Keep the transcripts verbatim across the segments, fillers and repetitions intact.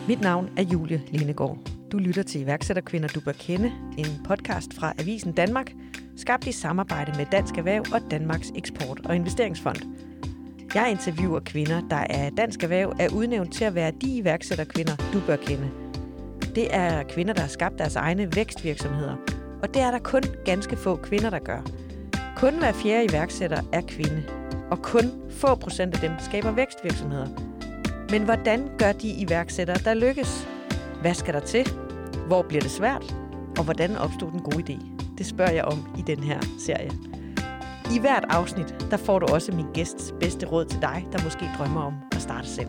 Mit navn er Julie Lindegaard. Du lytter til iværksætterkvinder, du bør kende, en podcast fra Avisen Danmark, skabt i samarbejde med Dansk Erhverv og Danmarks Eksport- og Investeringsfond. Jeg interviewer kvinder, der af Dansk Erhverv er udnævnt til at være de iværksætterkvinder, du bør kende. Det er kvinder, der har skabt deres egne vækstvirksomheder, og det er der kun ganske få kvinder, der gør. Kun hver fjerde iværksætter er kvinde, og kun få procent af dem skaber vækstvirksomheder. Men hvordan gør de iværksættere, der lykkes? Hvad skal der til? Hvor bliver det svært? Og hvordan opstod den gode idé? Det spørger jeg om i den her serie. I hvert afsnit, der får du også min gæsts bedste råd til dig, der måske drømmer om at starte selv.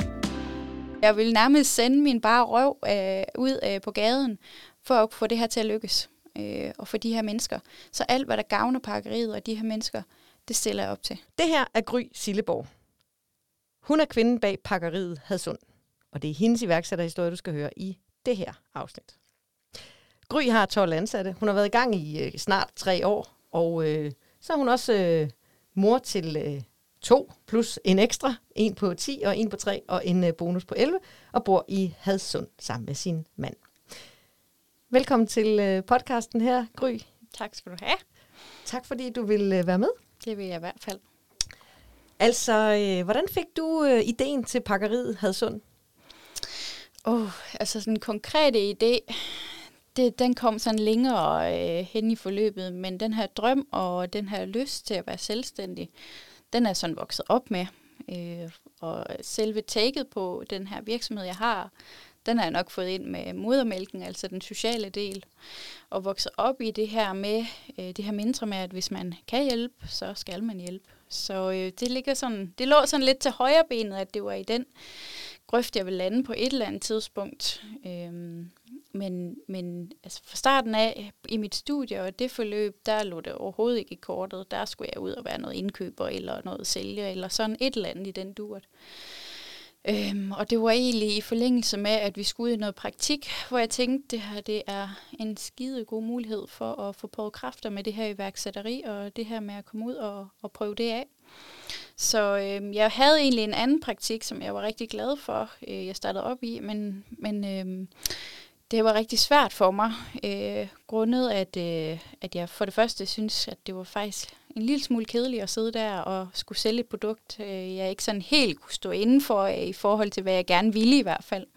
Jeg vil nærmest sende min bare røv øh, ud øh, på gaden, for at få det her til at lykkes. Øh, og for de her mennesker. Så alt, hvad der gavner pakkeriet og de her mennesker, det stiller jeg op til. Det her er Gry Silleborg. Hun er kvinden bag pakkeriet Hadsund. Og det er hendes iværksætterhistorie, du skal høre i det her afsnit. Gry har tolv ansatte. Hun har været i gang i øh, snart tre år. Og øh, så er hun også øh, mor til øh, to, plus en ekstra. En på ti og en på tre og en øh, bonus på elleve. Og bor i Hadsund sammen med sin mand. Velkommen til øh, podcasten her, Gry. Tak skal du have. Tak fordi du vil øh, være med. Det vil jeg i hvert fald. Altså, øh, hvordan fik du øh, ideen til pakkeriet Hadsund? Åh, oh, altså sådan en konkrete idé, det, den kom sådan længere øh, hen i forløbet, men den her drøm og den her lyst til at være selvstændig, den er sådan vokset op med. Øh, og selve taget på den her virksomhed, jeg har, den har jeg nok fået ind med modermælken, altså den sociale del, og vokset op i det her med, øh, det her mindre med, at hvis man kan hjælpe, så skal man hjælpe. Så øh, det ligger sådan, det lå sådan lidt til højre benet, at det var i den grøft, jeg ville lande på et eller andet tidspunkt. Øhm, men men altså fra starten af i mit studie og det forløb, der lå det overhovedet ikke i kortet. Der skulle jeg ud og være noget indkøber eller noget sælger eller sådan et eller andet i den duret. Øhm, og det var egentlig i forlængelse med, at vi skulle ud i noget praktik, hvor jeg tænkte, det her det er en skide god mulighed for at få prøvet kræfter med det her iværksætteri, og det her med at komme ud og, og prøve det af. Så øhm, jeg havde egentlig en anden praktik, som jeg var rigtig glad for, øh, jeg startede op i, men, men øhm, det var rigtig svært for mig, øh, grundet at, øh, at jeg for det første synes, at det var faktisk en lille smule kedeligt at sidde der og skulle sælge et produkt, øh, jeg ikke sådan helt kunne stå indenfor øh, i forhold til, hvad jeg gerne ville i hvert fald.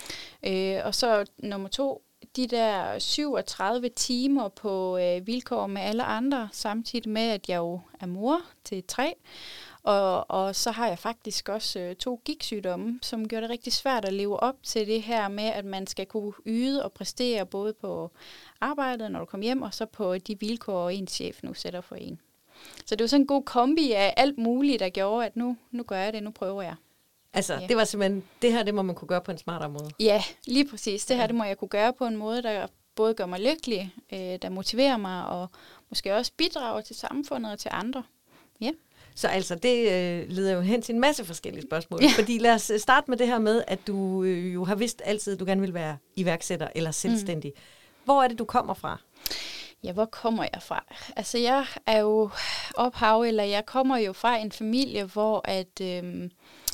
Øh, og så nummer to, de der syvogtredive timer på øh, vilkår med alle andre, samtidig med, at jeg jo er mor til tre. Og, og så har jeg faktisk også øh, to gigtsygdomme, som gør det rigtig svært at leve op til det her med, at man skal kunne yde og præstere både på arbejdet, når du kommer hjem, og så på de vilkår, ens chef nu sætter for en. Så det var sådan en god kombi af alt muligt, der gjorde, at nu, nu gør jeg det, nu prøver jeg. Altså, ja. det var simpelthen, det her, det må man kunne gøre på en smartere måde. Ja, lige præcis. Det her, det må jeg kunne gøre på en måde, der både gør mig lykkelig, øh, der motiverer mig, og måske også bidrager til samfundet og til andre. Ja. Så altså, det øh, leder jo hen til en masse forskellige spørgsmål. Ja. Fordi lad os starte med det her med, at du øh, jo har vidst altid, at du gerne vil være iværksætter eller selvstændig. Mm. Hvor er det, du kommer fra? Ja, hvor kommer jeg fra? Altså, jeg er jo ophav, eller jeg kommer jo fra en familie, hvor at øh,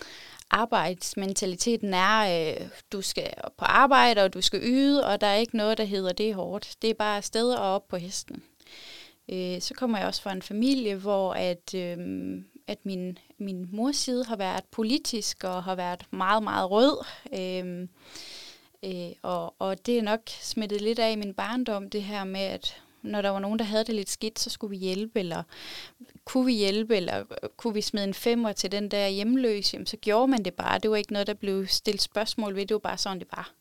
arbejdsmentaliteten er, øh, du skal på arbejde, og du skal yde, og der er ikke noget, der hedder det er hårdt. Det er bare afsted og op på hesten. Øh, så kommer jeg også fra en familie, hvor at, øh, at min, min mors side har været politisk og har været meget, meget rød. Øh, øh, og, og det er nok smittet lidt af i min barndom, det her med, at når der var nogen, der havde det lidt skidt, så skulle vi hjælpe, eller kunne vi hjælpe, eller kunne vi smide en femmer til den der hjemløse, jamen, så gjorde man det bare. Det var ikke noget, der blev stillet spørgsmål ved, det var bare sådan, det var.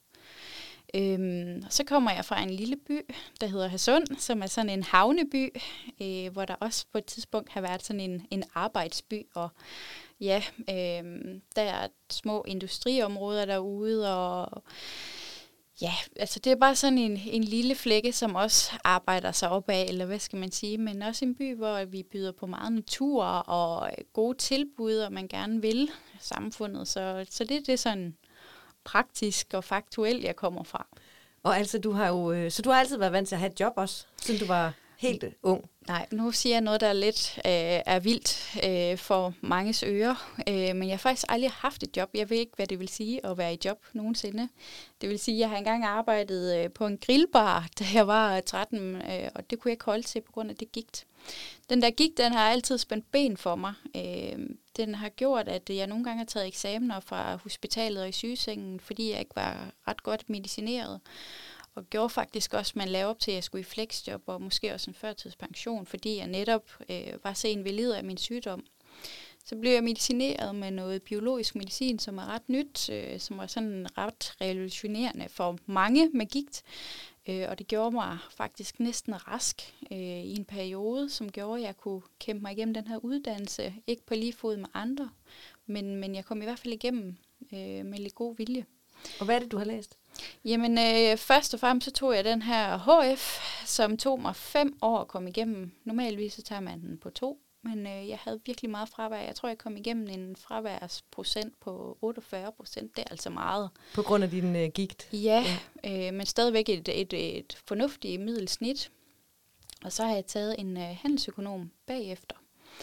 Øhm, så kommer jeg fra en lille by, der hedder Hadsund, som er sådan en havneby, øh, hvor der også på et tidspunkt har været sådan en, en arbejdsby, og ja, øh, der er små industriområder derude, og ja, altså det er bare sådan en, en lille flække, som også arbejder sig opad, eller hvad skal man sige, men også en by, hvor vi byder på meget natur og gode tilbud, og man gerne vil samfundet, så, så det er det sådan praktisk og faktuelt, jeg kommer fra. Og altså, du har jo, så du har altid været vant til at have et job også, siden du var helt ung? Nej, nu siger jeg noget, der er lidt øh, er vildt øh, for manges ører, øh, men jeg har faktisk aldrig haft et job. Jeg ved ikke, hvad det vil sige at være i job nogensinde. Det vil sige, at jeg har engang arbejdet øh, på en grillbar, da jeg var tretten, øh, og det kunne jeg ikke holde til på grund af det gigt. Den der gigt, den har altid spændt ben for mig. Øh, den har gjort, at jeg nogle gange har taget eksamener fra hospitalet og i sygesengen, fordi jeg ikke var ret godt medicineret. Og gjorde faktisk også, at man lavede op til, at jeg skulle i flexjob og måske også en førtidspension, fordi jeg netop øh, var så invalid af min sygdom. Så blev jeg medicineret med noget biologisk medicin, som er ret nyt, øh, som var sådan ret revolutionerende for mange med gigt. Øh, og det gjorde mig faktisk næsten rask øh, i en periode, som gjorde, at jeg kunne kæmpe mig igennem den her uddannelse. Ikke på lige fod med andre, men, men jeg kom i hvert fald igennem øh, med lidt god vilje. Og hvad er det, du har læst? Jamen, øh, først og fremmest så tog jeg den her H F, som tog mig fem år at komme igennem. Normalvis så tager man den på to, men øh, jeg havde virkelig meget fravær. Jeg tror, jeg kom igennem en fraværsprocent på otteogfyrre procent. Det er altså meget. På grund af din øh, gigt? Ja, ja. Øh, men stadigvæk et, et, et fornuftigt middelsnit. Og så har jeg taget en øh, handelsøkonom bagefter,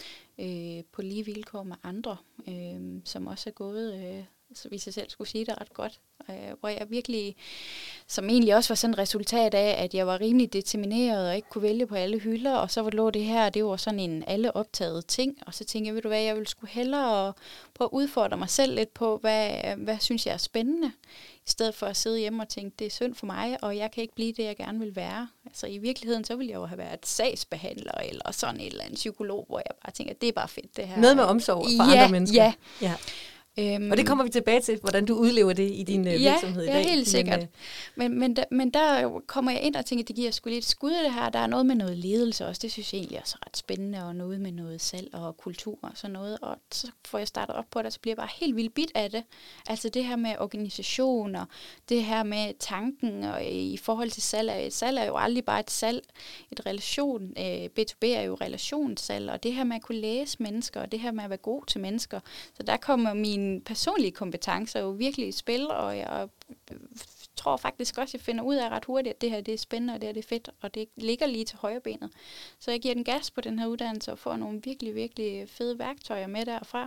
øh, på lige vilkår med andre, øh, som også er gået... Øh, så hvis jeg selv skulle sige det ret godt, øh, hvor jeg virkelig, som egentlig også var sådan et resultat af, at jeg var rimelig determineret og ikke kunne vælge på alle hylder, og så lå det her, det var sådan en alle optaget ting, og så tænkte jeg, ved du hvad, jeg ville skulle hellere prøve at udfordre mig selv lidt på, hvad, hvad synes jeg er spændende, i stedet for at sidde hjemme og tænke, det er synd for mig, og jeg kan ikke blive det, jeg gerne vil være. Altså i virkeligheden, så ville jeg jo have været sagsbehandler, eller sådan et eller andet psykolog, hvor jeg bare tænker, det er bare fedt det her. Noget med omsorg for ja, andre mennesker. Ja, ja. Øhm, og det kommer vi tilbage til, hvordan du udlever det i din øh, ja, virksomhed i dag. Ja, helt sikkert. Men, øh, men, men, da, men der kommer jeg ind og tænker, at det giver sgu lidt skud af det her. Der er noget med noget ledelse også. Det synes jeg egentlig også er ret spændende, og noget med noget salg og kultur og sådan noget. Og så får jeg startet op på det, og så bliver jeg bare helt vildt bit af det. Altså det her med organisation, og det her med tanken, og i forhold til salg. Et salg er jo aldrig bare et salg, et relation. B to B er jo relationssalg, og det her med at kunne læse mennesker, og det her med at være god til mennesker. Så der kommer min personlige kompetencer jo virkelig i spil, og jeg tror faktisk også, at jeg finder ud af ret hurtigt, at det her det er spændende, og det her det er fedt, og det ligger lige til højre benet. Så jeg giver den gas på den her uddannelse, og får nogle virkelig, virkelig fede værktøjer med derfra,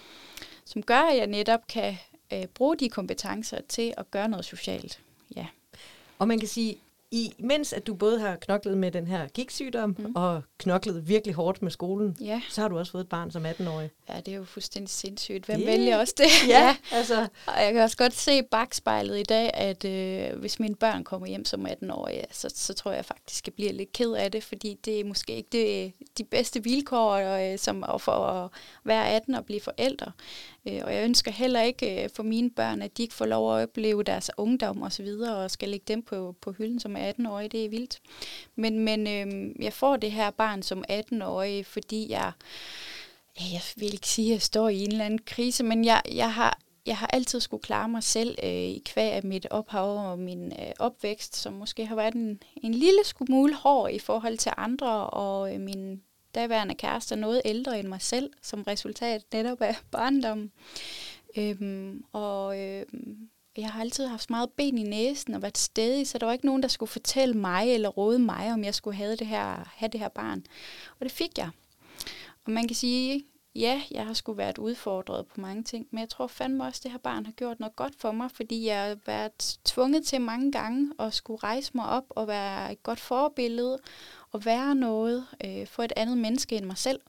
som gør, at jeg netop kan øh, bruge de kompetencer til at gøre noget socialt. Ja. Og man kan sige, i, mens at du både har knoklet med den her gigtsygdom, mm. og knoklet virkelig hårdt med skolen, ja. Så har du også fået et barn som atten-årig. Ja, det er jo fuldstændig sindssygt. Hvem yeah. vælger også det? Ja, ja, altså. Og jeg kan også godt se i bagspejlet i dag, at øh, hvis mine børn kommer hjem som atten-årige, så, så tror jeg faktisk, at jeg bliver lidt ked af det, fordi det er måske ikke det, de bedste vilkår øh, som, for at være atten og blive forældre. Øh, og jeg ønsker heller ikke øh, for mine børn, at de ikke får lov at opleve deres ungdom og så videre, og skal lægge dem på, på hylden som atten-årige. Det er vildt. Men, men øh, jeg får det her barn som atten-årig, fordi jeg, jeg vil ikke sige, at jeg står i en eller anden krise, men jeg, jeg har Jeg har altid skulle klare mig selv øh, i kvæg af mit ophav og min øh, opvækst, som måske har været en, en lille smule hård i forhold til andre, og øh, min daværende kæreste er noget ældre end mig selv, som resultat netop af barndommen. Øhm, og øh, jeg har altid haft meget ben i næsen og været stædig, så der var ikke nogen, der skulle fortælle mig eller råde mig, om jeg skulle have det her, have det her barn. Og det fik jeg. Og man kan sige, ja, jeg har sgu været udfordret på mange ting, men jeg tror fandme også, at det her barn har gjort noget godt for mig, fordi jeg har været tvunget til mange gange at skulle rejse mig op og være et godt forbillede og være noget øh, for et andet menneske end mig selv.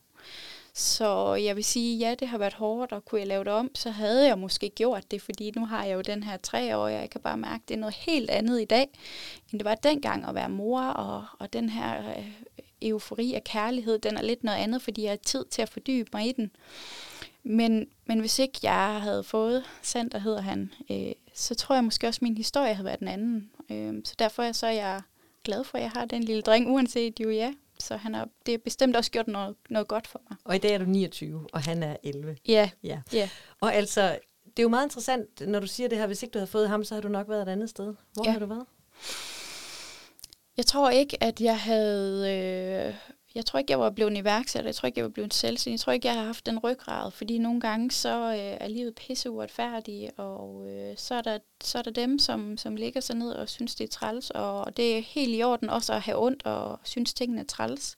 Så jeg vil sige, ja, det har været hårdt, og kunne jeg lave det om, så havde jeg måske gjort det, fordi nu har jeg jo den her tre år, og jeg kan bare mærke, at det er noget helt andet i dag, end det var dengang at være mor, og, og den her øh, eufori af kærlighed, den er lidt noget andet, fordi jeg har tid til at fordybe mig i den. Men, men hvis ikke jeg havde fået Sander, hedder han, øh, så tror jeg måske også, at min historie havde været den anden. Øh, så derfor er så jeg glad for, at jeg har den lille dreng, uanset jo ja. Så han har, det har bestemt også gjort noget, noget godt for mig. Og i dag er du niogtyve, og han er elleve. Ja. ja. ja. Og altså, det er jo meget interessant, når du siger det her, hvis ikke du havde fået ham, så havde du nok været et andet sted. Hvor ja. har du været? Jeg tror ikke, at jeg havde... Øh, jeg tror ikke, jeg var blevet iværksætter. Jeg tror ikke, jeg var blevet selvstændig. Jeg tror ikke, jeg har haft den ryggrad, fordi nogle gange så øh, er livet pisse uretfærdigt, og øh, så, er der, så er der dem, som, som ligger sig ned og synes, det er træls, og det er helt i orden også at have ondt og synes, tingene er træls.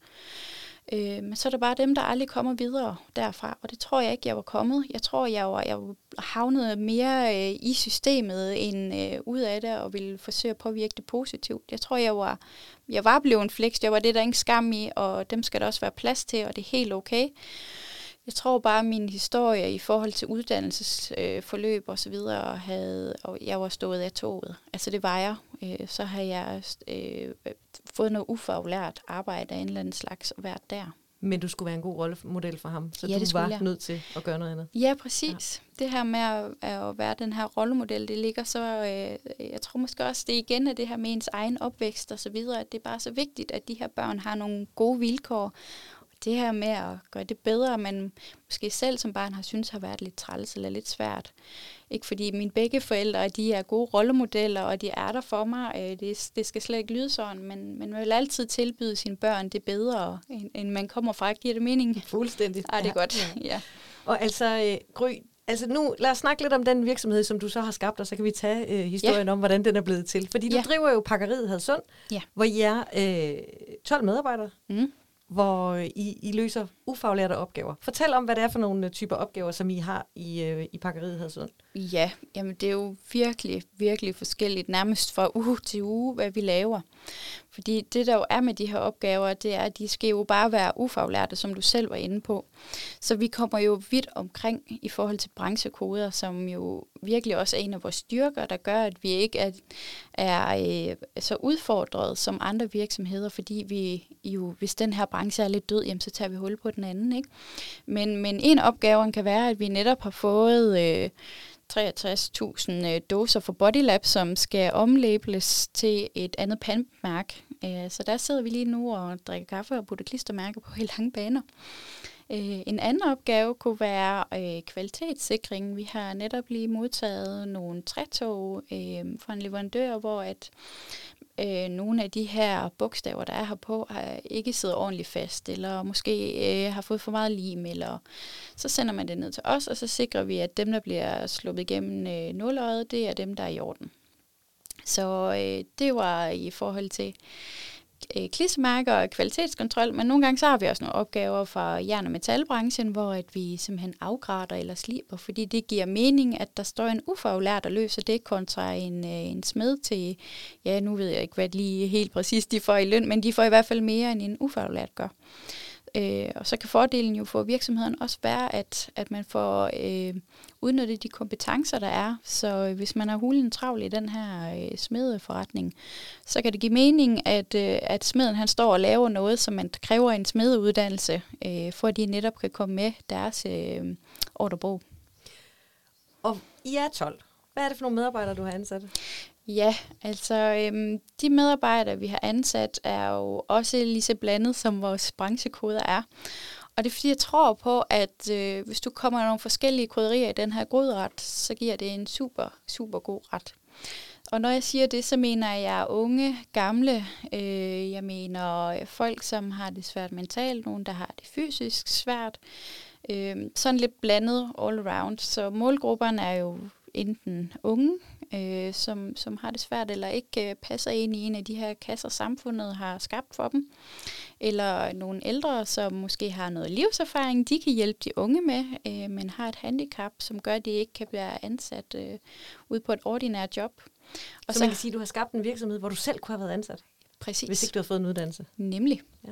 Øh, men så er der bare dem, der aldrig kommer videre derfra, og det tror jeg ikke, jeg var kommet. Jeg tror, jeg var, jeg var havnet mere øh, i systemet end øh, ud af det, og ville forsøge at påvirke det positivt. Jeg tror, jeg var, jeg var blevet en flexjobber, det er der ingen skam i, og dem skal der også være plads til, og det er helt okay. Jeg tror bare, at min historie i forhold til uddannelsesforløb øh, og så videre, havde, og jeg var stået af toget. Altså det var jeg. Øh, så har jeg øh, fået noget ufaglært arbejde af en eller anden slags og været der. Men du skulle være en god rollemodel for ham, så ja, du var jeg. nødt til at gøre noget andet. Ja, præcis. Ja. Det her med at, at være den her rollemodel, det ligger så, øh, jeg tror måske også, det igen er det her med ens egen opvækst og så videre, at det er bare så vigtigt, at de her børn har nogle gode vilkår. Det her med at gøre det bedre, men måske selv som barn har synes har været lidt træls eller lidt svært. Ikke fordi mine begge forældre, de er gode rollemodeller, og de er der for mig. Det, det skal slet ikke lyde sådan, men man vil altid tilbyde sine børn det bedre, end, end man kommer fra. Giver det mening? Fuldstændig. Ja, det er godt. Ja. Og altså, Gry, altså nu lad os snakke lidt om den virksomhed, som du så har skabt, og så kan vi tage øh, historien ja. om, hvordan den er blevet til. Fordi du ja. driver jo pakkeriet Hadsund, ja. hvor I er øh, tolv medarbejdere. Mm. hvor I, I løser ufaglærte opgaver. Fortæl om, hvad det er for nogle typer opgaver, som I har i, øh, i pakkeriet Hadsund. Ja, jamen det er jo virkelig, virkelig forskelligt, nærmest fra uge til uge, hvad vi laver. Fordi det, der jo er med de her opgaver, det er, at de skal jo bare være ufaglærte, som du selv var inde på. Så vi kommer jo vidt omkring i forhold til branchekoder, som jo virkelig også er en af vores styrker, der gør, at vi ikke er, er øh, så udfordret som andre virksomheder, fordi vi jo, hvis den her branche er lidt død, jamen, så tager vi hul på den anden, ikke? Men, men en opgave kan være, at vi netop har fået øh, treogtres tusind øh, dåser for Bodylab, som skal omlabeles til et andet pantmærke. Øh, så der sidder vi lige nu og drikker kaffe og putter klistermærker på i lange baner. Øh, en anden opgave kunne være øh, kvalitetssikring. Vi har netop lige modtaget nogle trætog øh, fra en leverandør, hvor at øh, nogle af de her bogstaver, der er her på, har ikke sidder ordentligt fast, eller måske øh, har fået for meget lim, eller så sender man det ned til os, og så sikrer vi, at dem, der bliver sluppet igennem øh, nåløjet, det er dem, der er i orden. Så øh, det var i forhold til øh, klistermærker og kvalitetskontrol, men nogle gange så har vi også nogle opgaver fra jern- og metalbranchen, hvor at vi simpelthen afgrader eller sliber, fordi det giver mening, at der står en ufaglært og løser det kontra en, øh, en smed til, ja, nu ved jeg ikke, hvad lige helt præcis de får i løn, men de får i hvert fald mere, end en ufaglært gør. Øh, og så kan fordelen jo for virksomheden også være, at, at man får øh, udnyttet de kompetencer, der er. Så hvis man har hulen travl i den her øh, smedeforretning, så kan det give mening, at, øh, at smeden han står og laver noget, som man kræver en smedeuddannelse, øh, for at de netop kan komme med deres øh, ordrebog. Og I er tolv. Hvad er det for nogle medarbejdere, du har ansat? Ja, altså øhm, de medarbejdere, vi har ansat, er jo også lige så blandet, som vores branchekoder er. Og det er fordi, jeg tror på, at øh, hvis du kommer med nogle forskellige krydderier i den her gryderet, så giver det en super, super god ret. Og når jeg siger det, så mener jeg unge, gamle, øh, jeg mener folk, som har det svært mentalt, nogen, der har det fysisk svært. Øh, sådan lidt blandet all around. Så målgrupperne er jo enten unge, øh, som, som har det svært, eller ikke øh, passer ind i en af de her kasser, samfundet har skabt for dem. Eller nogle ældre, som måske har noget livserfaring, de kan hjælpe de unge med, øh, men har et handicap, som gør, at de ikke kan blive ansat øh, ud på et ordinært job. Og så, så man kan sige, at du har skabt en virksomhed, hvor du selv kunne have været ansat? Præcis. Hvis ikke du har fået en uddannelse? Nemlig. Ja.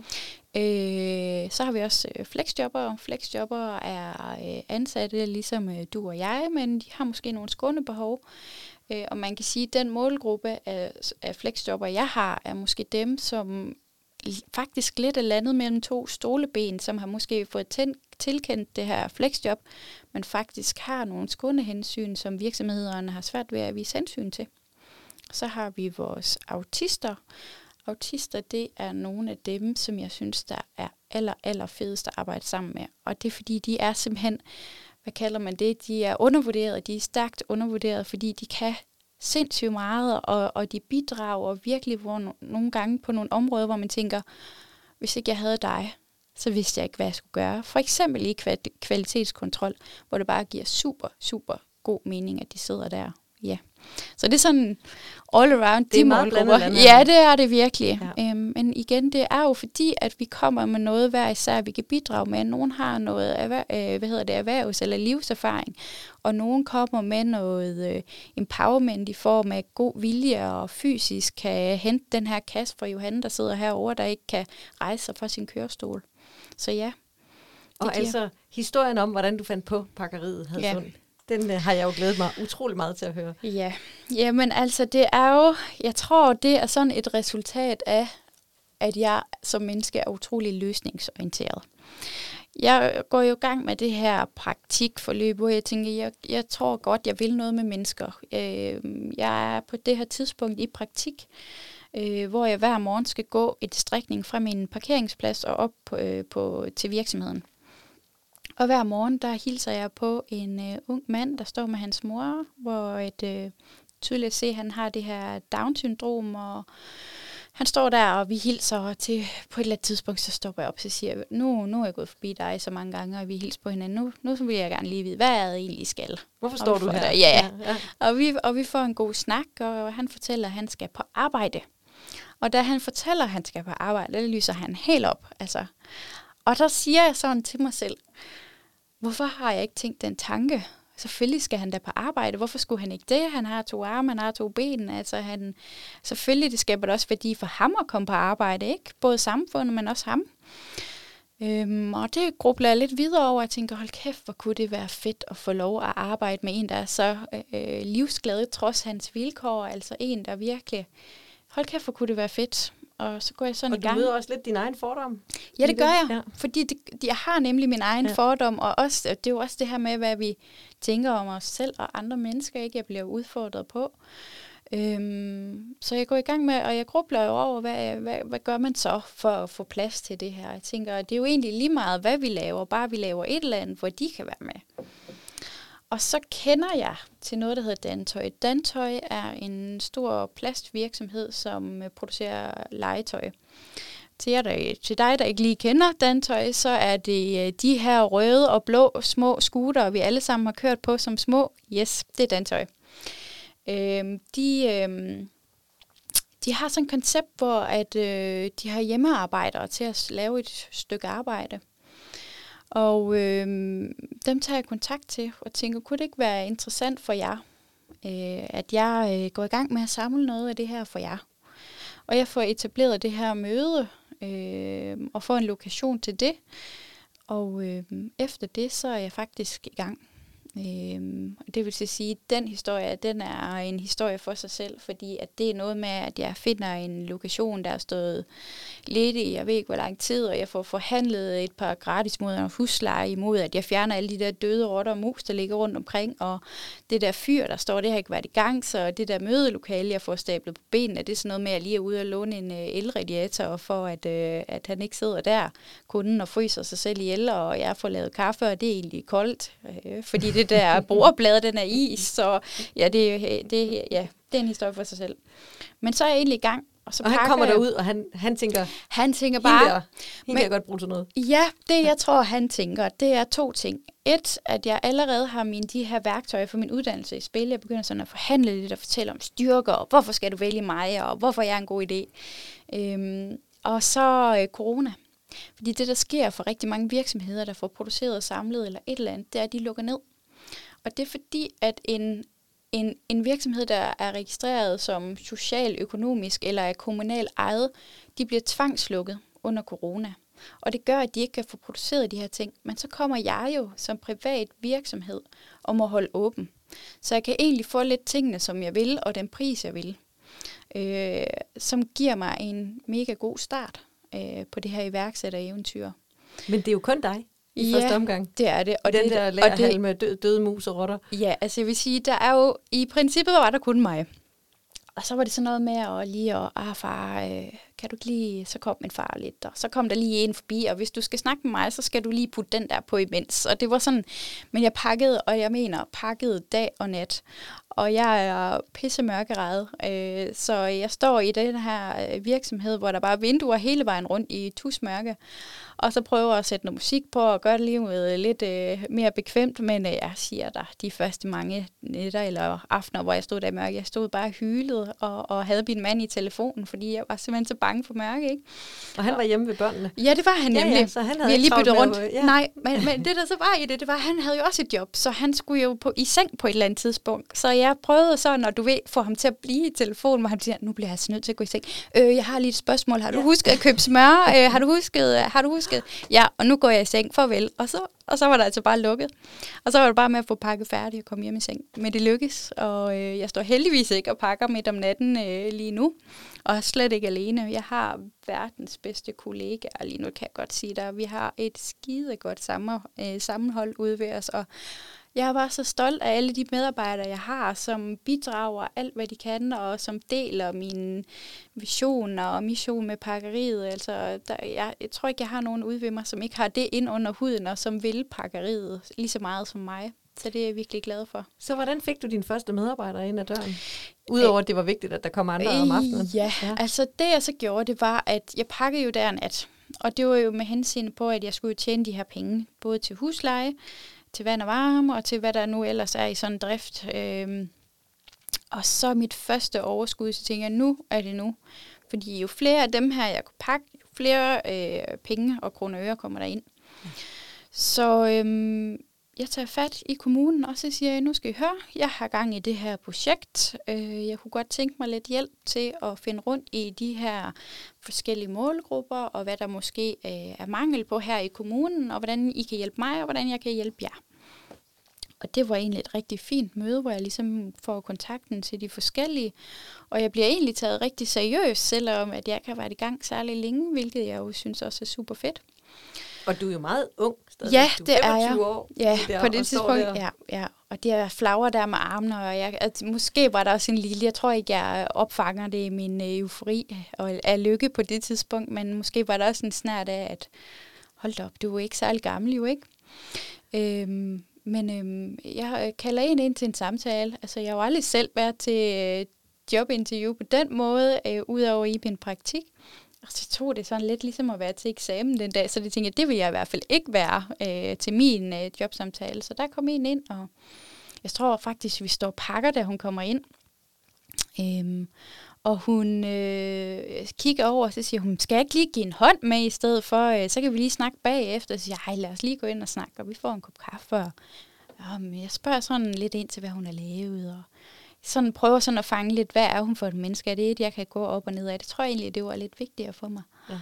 Øh, så har vi også øh, flexjobber. Flexjobber er øh, ansatte, ligesom øh, du og jeg, men de har måske nogle skånebehov. Øh, og man kan sige, at den målgruppe af, af flexjobber, jeg har, er måske dem, som faktisk lidt er landet mellem to stoleben, som har måske fået ten- tilkendt det her flexjob, men faktisk har nogle skånehensyn, som virksomhederne har svært ved at vise hensyn til. Så har vi vores autister. Autister, det er nogle af dem, som jeg synes, der er aller, aller fedest at arbejde sammen med. Og det er fordi, de er simpelthen, hvad kalder man det, de er undervurderet, de er stærkt undervurderet, fordi de kan sindssygt meget, og, og de bidrager virkelig hvor no- nogle gange på nogle områder, hvor man tænker, hvis ikke jeg havde dig, så vidste jeg ikke, hvad jeg skulle gøre. For eksempel i kvalitetskontrol, hvor det bare giver super, super god mening, at de sidder der. Ja. Så det er sådan all around det er de målgrupper. Ja, det er det virkelig. Ja. Øhm, men igen, det er jo fordi, at vi kommer med noget hver især, vi kan bidrage med. Nogen har noget erhver- øh, hvad hedder det, erhvervs- eller livserfaring, og nogen kommer med noget øh, empowerment i form af god vilje og fysisk kan hente den her kasse fra Johanne, der sidder herovre, der ikke kan rejse sig fra sin kørestol. Så ja. Og giver. Altså historien om, hvordan du fandt på pakkeriet Hadsund. Ja. Den øh, har jeg jo glædet mig utrolig meget til at høre. Ja, jamen altså det er jo, jeg tror det er sådan et resultat af, at jeg som menneske er utrolig løsningsorienteret. Jeg går jo i gang med det her praktikforløb, hvor jeg tænker, jeg, jeg tror godt, jeg vil noget med mennesker. Øh, jeg er på det her tidspunkt i praktik, øh, hvor jeg hver morgen skal gå et strækning fra min parkeringsplads og op på, øh, på, til virksomheden. Og hver morgen, der hilser jeg på en øh, ung mand, der står med hans mor, hvor et øh, tydeligt se, at han har det her Down-syndrom, og han står der, og vi hilser, og til, på et eller andet tidspunkt, så stopper jeg op, så siger jeg, nu, nu er jeg gået forbi dig så mange gange, og vi hilser på hinanden. Nu, nu vil jeg gerne lige vide, hvad er det egentlig skal? Hvorfor står du her? Der? Ja, ja. ja. Og, vi, og vi får en god snak, og han fortæller, at han skal på arbejde. Og da han fortæller, at han skal på arbejde, der lyser han helt op. Altså. Og der siger jeg sådan til mig selv, hvorfor har jeg ikke tænkt den tanke? Selvfølgelig skal han da på arbejde. Hvorfor skulle han ikke det? Han har to arme, han har to ben. Altså han, selvfølgelig det skaber det også værdi for ham at komme på arbejde, ikke? Både samfundet, men også ham. Øhm, og det grubler jeg lidt videre over. Jeg tænker, hold kæft, hvor kunne det være fedt at få lov at arbejde med en, der er så øh, livsglad trods hans vilkår. Altså en, der virkelig, hold kæft, hvor kunne det være fedt. Og så går jeg sådan og i gang. Og du møder også lidt din egen fordom? Ja, det gør jeg. Ja. Fordi det, jeg har nemlig min egen ja. fordom, og også, det er jo også det her med, hvad vi tænker om os selv og andre mennesker, ikke? Jeg bliver udfordret på. Øhm, så jeg går i gang med, og jeg grubler jo over, hvad, hvad, hvad gør man så for at få plads til det her? Jeg tænker, det er jo egentlig lige meget, hvad vi laver, bare vi laver et eller andet, hvor de kan være med. Og så kender jeg til noget, der hedder Dantøj. Dantøj er en stor plastvirksomhed, som producerer legetøj. Til, jer, der, til dig, der ikke lige kender Dantøj, så er det de her røde og blå små scooter, vi alle sammen har kørt på som små. Yes, det er Dantøj. Øhm, de, øhm, de har sådan et koncept, hvor at, øh, de har hjemmearbejdere til at lave et stykke arbejde. Og øh, dem tager jeg kontakt til og tænker, kunne det ikke være interessant for jer, øh, at jeg øh, går i gang med at samle noget af det her for jer. Og jeg får etableret det her møde øh, og får en lokation til det. Og øh, efter det, så er jeg faktisk i gang. Øhm, det vil sige, at den historie, den er en historie for sig selv, fordi at det er noget med, at jeg finder en lokation, der er stået ledig, jeg ved ikke hvor lang tid, og jeg får forhandlet et par gratis måder husleje imod, at jeg fjerner alle de der døde rotter og mus, der ligger rundt omkring, og det der fyr, der står, det har ikke været i gang, så det der mødelokale, jeg får stablet på benene, det er sådan noget med, at jeg lige er ude og låne en elradiator, for at, øh, at han ikke sidder der, kunden, og fryser sig selv ihjel, og jeg får lavet kaffe, og det er egentlig koldt, øh, fordi det der bordblade, den er is, så ja, det, det, ja, det er en historie for sig selv. Men så er jeg egentlig i gang. Og, så og han kommer derud, og han, han tænker, han tænker bare, hende kan jeg godt bruge til noget. Ja, det jeg tror, han tænker, det er to ting. Et, at jeg allerede har mine de her værktøjer for min uddannelse i spil. Jeg begynder sådan at forhandle lidt og fortælle om styrker, og hvorfor skal du vælge mig, og hvorfor jeg er en god idé. Øhm, og så øh, corona. Fordi det, der sker for rigtig mange virksomheder, der får produceret og samlet eller et eller andet, det er, at de lukker ned. Og det er fordi, at en, en, en virksomhed, der er registreret som socialøkonomisk eller er kommunalt ejet, de bliver tvangslukket under corona. Og det gør, at de ikke kan få produceret de her ting. Men så kommer jeg jo som privat virksomhed og må holde åben. Så jeg kan egentlig få lidt tingene, som jeg vil, og den pris, jeg vil. Øh, som giver mig en mega god start øh, på det her iværksættereventyr. Men det er jo kun dig. I ja, første omgang. Det er det. Og den det, der lagerhal med døde, døde mus og rotter. Ja, altså jeg vil sige, der er jo, i princippet var der kun mig. Og så var det sådan noget med at lige at, ah far, øh, kan du lige, så kom min far lidt, og så kom der lige en forbi, og hvis du skal snakke med mig, så skal du lige putte den der på imens. Og det var sådan, men jeg pakkede, og jeg mener, pakkede dag og nat. Og jeg er pisse mørkeret, øh, så jeg står i den her virksomhed, hvor der bare er vinduer hele vejen rundt i tusmørke. Og så prøver jeg at sætte noget musik på og gøre livet lidt øh, mere bekvemt. Men øh, jeg siger dig, de første mange nætter eller aftener, hvor jeg stod der i mørke, jeg stod bare og hylede og, og havde min mand i telefonen, fordi jeg var simpelthen så bange for mørke, ikke? Og han var hjemme ved børnene? Ja, det var han nemlig. Ja, ja, så han havde vi har lige byttet rundt. Med, ja. Nej, men, men det der så var i det, det var, at han havde jo også et job, så han skulle jo på, i seng på et eller andet tidspunkt. Så jeg prøvede så, når du ved, få ham til at blive i telefonen, hvor han siger, nu bliver jeg altså nødt til at gå i seng. Øh, jeg har lige et spørgsmål. Har du ja. husket at købe smør? Øh, har du husket? Har du husket? Ja, og nu går jeg i seng. Farvel. Og så, og så var der altså bare lukket. Og så var det bare med at få pakket færdigt og komme hjem i seng. Men det lykkes, og øh, jeg står heldigvis ikke og pakker midt om natten øh, lige nu. Og er slet ikke alene. Jeg har verdens bedste kollegaer lige nu, kan jeg godt sige der. Vi har et skide godt sammen, øh, sammenhold ude ved os, og jeg er bare så stolt af alle de medarbejdere, jeg har, som bidrager alt, hvad de kan, og som deler mine visioner og mission med pakkeriet. Altså, der, jeg, jeg tror ikke, jeg har nogen ude ved mig, som ikke har det ind under huden, og som vil pakkeriet lige så meget som mig. Så det er jeg virkelig glad for. Så hvordan fik du din første medarbejder ind ad døren? Udover at det var vigtigt, at der kom andre øh, om aftenen. Ja, ja, altså det jeg så gjorde, det var, at jeg pakkede jo der en nat. Og det var jo med hensyn på, at jeg skulle tjene de her penge, både til husleje, til vand og varme, og til hvad der nu ellers er i sådan en drift. Øhm, og så mit første overskud, så tænker jeg, nu er det nu. Fordi jo flere af dem her, jeg kunne pakke, jo flere øh, penge og kroner og øre kommer der ind. Mm. Så øhm, jeg tager fat i kommunen, og så siger jeg, nu skal I høre, jeg har gang i det her projekt. Øh, jeg kunne godt tænke mig lidt hjælp til at finde rundt i de her forskellige målgrupper, og hvad der måske øh, er mangel på her i kommunen, og hvordan I kan hjælpe mig, og hvordan jeg kan hjælpe jer. Og det var egentlig et rigtig fint møde, hvor jeg ligesom får kontakten til de forskellige, og jeg bliver egentlig taget rigtig seriøst, selvom at jeg ikke har været i gang særlig længe, hvilket jeg jo synes også er super fedt. Og du er jo meget ung stadig. Ja, du det er jeg. År, ja, der, på det tidspunkt. Ja, ja. Og de her flagrer der med armene, og jeg, at måske var der også en lille, jeg tror ikke, jeg opfanger det i min eufori og af lykke på det tidspunkt, men måske var der også en snært af, at hold da op, du er ikke særlig gammel jo, ikke? Øhm, men øhm, jeg kalder en ind til en samtale. Altså, jeg har jo aldrig selv været til øh, jobinterview på den måde, øh, udover i min praktik. Og så tog det sådan lidt ligesom at være til eksamen den dag, så det tænkte jeg, det vil jeg i hvert fald ikke være øh, til min øh, jobsamtale. Så der kom en ind, og jeg tror faktisk, vi står og pakker, da hun kommer ind. Øhm, og hun øh, kigger over, og så siger hun, skal jeg ikke lige give en hånd med i stedet for, øh, så kan vi lige snakke bagefter. Så siger jeg, lad os lige gå ind og snakke, og vi får en kop kaffe. Og, og jeg spørger sådan lidt ind til, hvad hun har lavet, og sådan prøver sådan at fange lidt, hvad er hun for et menneske? Er det et, jeg kan gå op og ned af? Det tror jeg egentlig, det var lidt vigtigere for mig. Ja.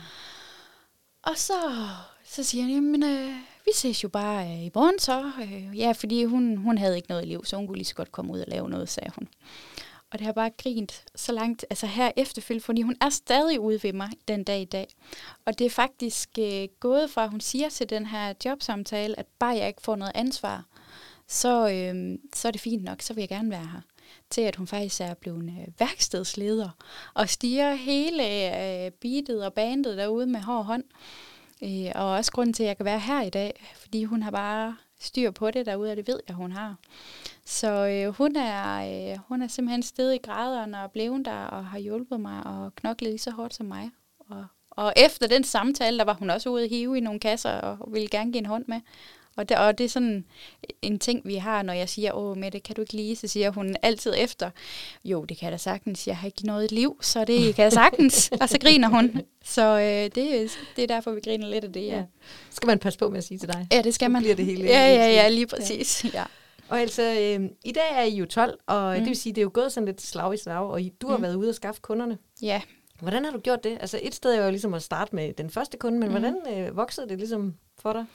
Og så, så siger han, jamen, øh, vi ses jo bare øh, i morgen så. Øh, ja, fordi hun, hun havde ikke noget liv, så hun kunne lige så godt komme ud og lave noget, sagde hun. Og det har bare grint så langt, altså her efterfølgende, fordi hun er stadig ude ved mig den dag i dag. Og det er faktisk øh, gået fra, at hun siger til den her jobsamtale, at bare jeg ikke får noget ansvar, så, øh, så er det fint nok, så vil jeg gerne være her. Til at hun faktisk er blevet øh, værkstedsleder og stiger hele øh, beatet og bandet derude med hård hånd. Øh, og også grunden til, at jeg kan være her i dag, fordi hun har bare styr på det derude, og det ved jeg, hun har. Så øh, hun, er, øh, hun er simpelthen steget i graderne og blevet der og har hjulpet mig og knoklet lige så hårdt som mig. Og, og efter den samtale, der var hun også ude at hive i nogle kasser og ville gerne give en hånd med. Og det, og det er sådan en ting, vi har, når jeg siger, åh Mette, kan du ikke lide? Så siger hun altid efter, jo, det kan jeg da sagtens. Jeg har ikke noget et liv, så det kan jeg sagtens. Og så griner hun. Så øh, det, det er derfor, vi griner lidt af det, ja. ja. Skal man passe på med at sige til dig? Ja, det skal man. Så bliver det hele. Ja, ja, ja, lige præcis. Ja. Ja. Og altså, øh, i dag er I jo tolv, og mm. det vil sige, det er jo gået sådan lidt slag i slag, og I, du har mm. været ude og skaffe kunderne. Ja. Hvordan har du gjort det? Altså, et sted er jo ligesom at starte med den første kunde, men mm. hvordan øh, voksede det ligesom for dig?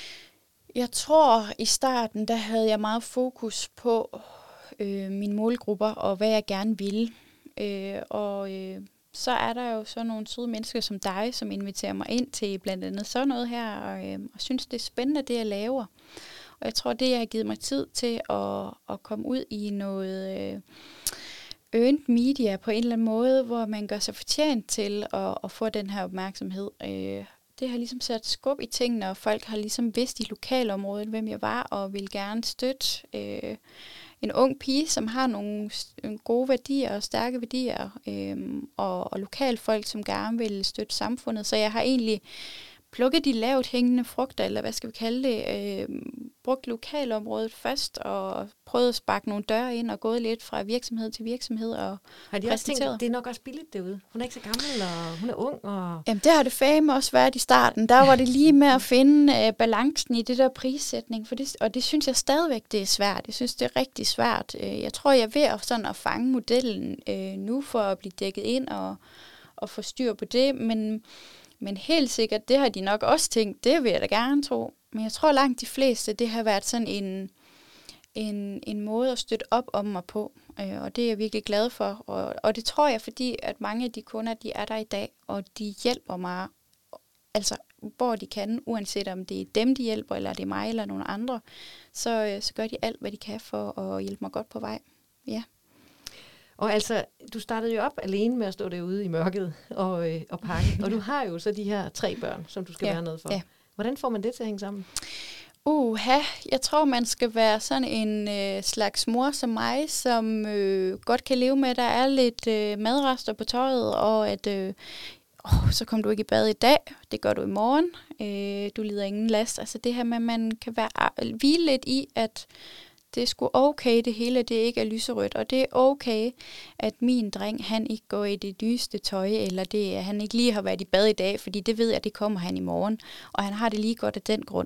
Jeg tror, i starten, der havde jeg meget fokus på øh, mine målgrupper, og hvad jeg gerne ville. Øh, og øh, så er der jo så nogle søde mennesker som dig, som inviterer mig ind til blandt andet sådan noget her, og, øh, og synes, det er spændende, det jeg laver. Og jeg tror, det jeg har givet mig tid til at, at komme ud i noget, øh, earned media på en eller anden måde, hvor man gør sig fortjent til at, at få den her opmærksomhed. Øh, det har ligesom sat skub i tingene, og folk har ligesom vidst i lokalområdet, hvem jeg var, og vil gerne støtte øh, en ung pige, som har nogle gode værdier og stærke værdier, øh, og, og lokalfolk, som gerne vil støtte samfundet. Så jeg har egentlig plukket de lavt hængende frugter, eller hvad skal vi kalde det, øh, brugt lokalområdet først, og prøvet at sparke nogle døre ind, og gået lidt fra virksomhed til virksomhed, og har de også tænkt, det er nok også billigt derude? Hun er ikke så gammel, og hun er ung. Og Jamen, det har det fame også været i starten. Der var det lige med at finde øh, balancen i det der prissætning, for det, og det synes jeg stadigvæk, det er svært. Jeg synes, det er rigtig svært. Jeg tror, jeg er ved at, sådan, at fange modellen øh, nu, for at blive dækket ind, og, og få styr på det, men Men helt sikkert, det har de nok også tænkt, det vil jeg da gerne tro. Men jeg tror langt de fleste, det har været sådan en, en, en måde at støtte op om mig på. Øh, og det er jeg virkelig glad for. Og, og det tror jeg, fordi at mange af de kunder, de er der i dag, og de hjælper mig, altså hvor de kan, uanset om det er dem, de hjælper, eller det er mig eller nogle andre, så, så gør de alt, hvad de kan for at hjælpe mig godt på vej. Ja. Og altså, du startede jo op alene med at stå derude i mørket og, øh, og pakke. Og du har jo så de her tre børn, som du skal ja, være noget for. Ja. Hvordan får man det til at hænge sammen? Uha, jeg tror, man skal være sådan en øh, slags mor som mig, som øh, godt kan leve med, at der er lidt øh, madrester på tøjet, og at øh, oh, så kom du ikke i bad i dag, det gør du i morgen, øh, du lider ingen last. Altså det her med, at man kan være, hvile lidt i, at det er sgu okay, det hele, det ikke er lyserødt, og det er okay, at min dreng, han ikke går i det dyreste tøj, eller det, at han ikke lige har været i bad i dag, fordi det ved jeg, det kommer han i morgen, og han har det lige godt af den grund.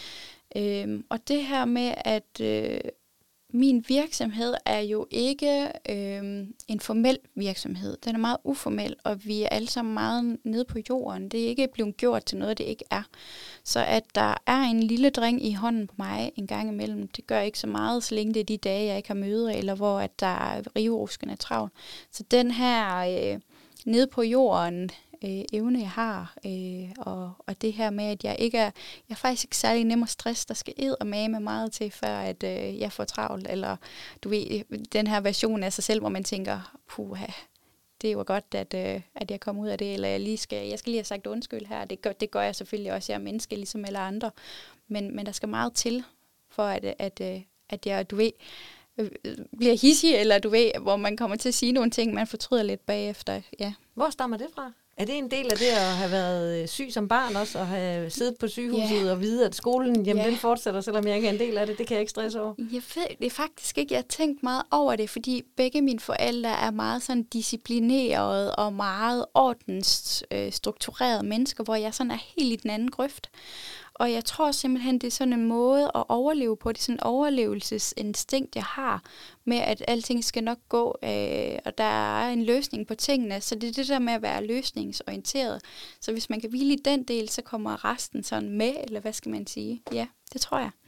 Øhm, og det her med, at øh, min virksomhed er jo ikke øh, en formel virksomhed. Den er meget uformel, og vi er alle sammen meget nede på jorden. Det er ikke blevet gjort til noget, det ikke er. Så at der er en lille dreng i hånden på mig en gang imellem, det gør ikke så meget, så længe det er de dage, jeg ikke har møder, eller hvor at der er riveruskende travlt. Så den her øh, nede på jorden øh, evne, jeg har, øh, og, og det her med, at jeg ikke er, jeg er faktisk ikke særlig nem at stress, der skal eddermame med meget til, før at øh, jeg får travlt, eller du ved, den her version af sig selv, hvor man tænker, puha, det var godt, at, øh, at jeg kom ud af det, eller jeg, lige skal, jeg skal lige have sagt undskyld her, det gør, det gør jeg selvfølgelig også, jeg er menneske, ligesom alle andre, men, men der skal meget til, for at, at, at, at jeg, du ved, bliver hissig, eller du ved, hvor man kommer til at sige nogle ting, man fortryder lidt bagefter. Ja. Hvor stammer det fra? Er det en del af det at have været syg som barn også, og have siddet på sygehuset yeah. og vide, at skolen, jamen yeah. den fortsætter, selvom jeg ikke er en del af det? Det kan jeg ikke stresse over. Jeg ved det er faktisk ikke. Jeg har tænkt meget over det, fordi begge mine forældre er meget sådan disciplinerede og meget ordensstrukturerede mennesker, hvor jeg sådan er helt i den anden grøft. Og jeg tror simpelthen, det er sådan en måde at overleve på. Det er sådan en overlevelsesinstinkt, jeg har med, at alting skal nok gå, øh, og der er en løsning på tingene. Så det er det der med at være løsningsorienteret. Så hvis man kan hvile i den del, så kommer resten sådan med, eller hvad skal man sige? Ja, det tror jeg.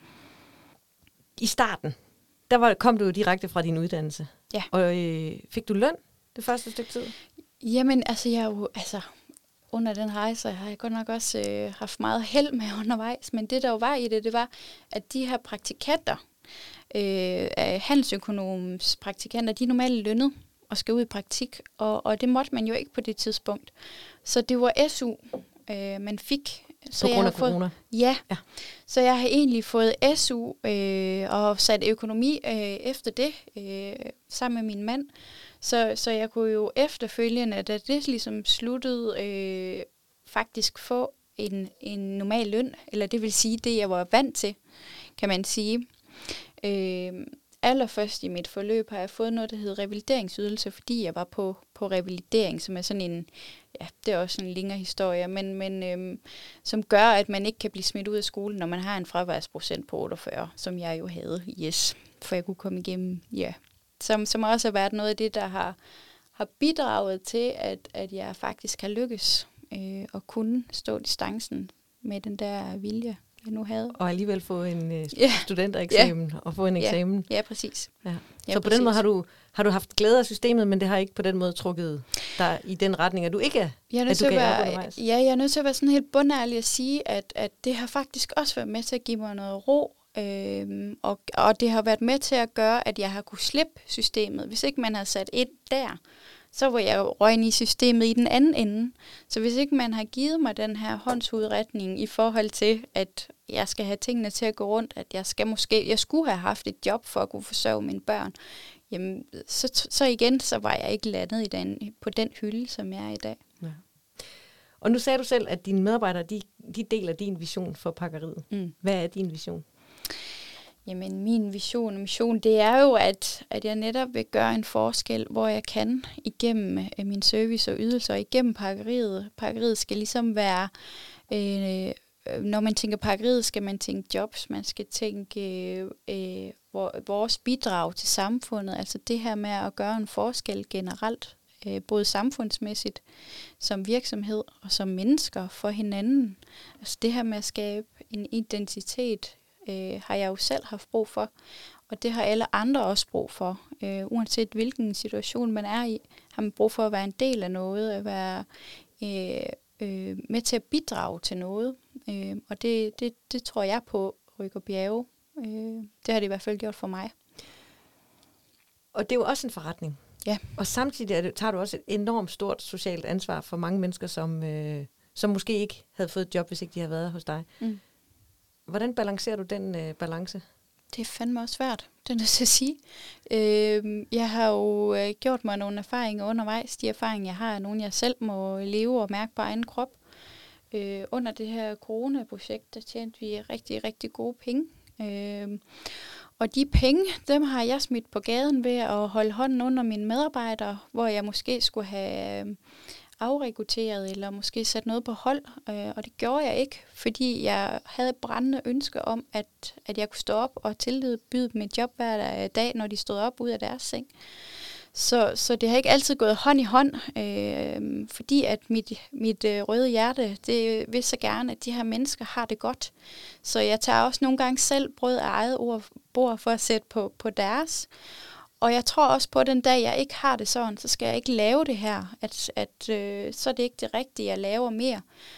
I starten, der var, kom du jo direkte fra din uddannelse. Ja. Og øh, fik du løn det første stykke tid? Jamen, altså jeg er jo... Altså under den rejse har jeg godt nok også øh, haft meget held med undervejs, men det der jo var i det, det var, at de her praktikanter, øh, handelsøkonoms praktikanter, de er normalt lønnet og skal ud i praktik, og, og det måtte man jo ikke på det tidspunkt. Så det var S U, øh, man fik. Så på grund af corona? Ja. ja, så jeg har egentlig fået S U øh, og sat økonomi øh, efter det, øh, sammen med min mand. Så, så jeg kunne jo efterfølgende, da det ligesom sluttede, øh, faktisk få en, en normal løn, eller det vil sige det, jeg var vant til, kan man sige. Øh, allerførst i mit forløb har jeg fået noget, der hedder revalideringsydelse, fordi jeg var på, på revalidering, som er sådan en, ja, det er også en længere historie, men, men øh, som gør, at man ikke kan blive smidt ud af skolen, når man har en fraværsprocent på otteogfyrre, som jeg jo havde, yes, for jeg kunne komme igennem, ja. Yeah. Som, som også har været noget af det, der har, har bidraget til, at, at jeg faktisk har lykkes øh, at kunne stå distancen med den der vilje, jeg nu havde. Og alligevel få en øh, studentereksamen yeah. og få en eksamen. Ja, ja præcis. Ja. Ja, så på præcis. Den måde har du, har du haft glæde af systemet, men det har ikke på den måde trukket dig i den retning, at du ikke er, jeg er at du kan være undervejs? Ja, jeg er nødt til at være sådan helt bundærlig at sige, at, at det har faktisk også været med til at give mig noget ro, Øhm, og, og det har været med til at gøre, at jeg har kunne slippe systemet. Hvis ikke man havde sat ind der, så var jeg jo røgn i systemet i den anden ende. Så hvis ikke man har givet mig den her håndsudretning i forhold til, at jeg skal have tingene til at gå rundt, at jeg skal måske, jeg skulle have haft et job for at kunne forsørge mine børn, jamen, så, så igen, så var jeg ikke landet i den, på den hylde, som jeg er i dag. Ja. Og nu sagde du selv, at dine medarbejdere, de, de deler din vision for pakkeriet. Mm. Hvad er din vision? Jamen, min vision og mission, det er jo, at, at jeg netop vil gøre en forskel, hvor jeg kan igennem øh, min service og ydelser, igennem pakkeriet. Pakkeriet skal ligesom være, øh, når man tænker pakkeriet, skal man tænke jobs, man skal tænke øh, vores bidrag til samfundet, altså det her med at gøre en forskel generelt, øh, både samfundsmæssigt, som virksomhed og som mennesker for hinanden. Altså det her med at skabe en identitet, Øh, har jeg jo selv haft brug for, og det har alle andre også brug for. Øh, uanset hvilken situation man er i, har man brug for at være en del af noget, at være øh, øh, med til at bidrage til noget. Øh, og det, det, det tror jeg på rykker bjerge. Øh, det har det i hvert fald gjort for mig. Og det er jo også en forretning. Ja. Og samtidig er det, tager du også et enormt stort socialt ansvar for mange mennesker, som, øh, som måske ikke havde fået et job, hvis ikke de havde været hos dig. Mm. Hvordan balancerer du den øh, balance? Det er fandme også svært, det er til at sige. Øh, jeg har jo øh, gjort mig nogle erfaringer undervejs. De erfaringer, jeg har, er nogle, jeg selv må leve og mærke på egen krop. Øh, under det her corona-projekt, der tjente vi rigtig, rigtig gode penge. Øh, og de penge, dem har jeg smidt på gaden ved at holde hånden under mine medarbejdere, hvor jeg måske skulle have Øh, afrekrutteret, eller måske sat noget på hold, øh, og det gjorde jeg ikke, fordi jeg havde et brændende ønske om, at, at jeg kunne stå op og tilbyde dem et job hver dag, når de stod op ud af deres seng. Så, så det har ikke altid gået hånd i hånd, øh, fordi at mit, mit øh, røde hjerte, det vil så gerne, at de her mennesker har det godt. Så jeg tager også nogle gange selv brød af eget ord, bord for at sætte på, på deres. Og jeg tror også på, at den dag, jeg ikke har det sådan, så skal jeg ikke lave det her. At, at øh, så er det ikke det rigtige, jeg laver mere.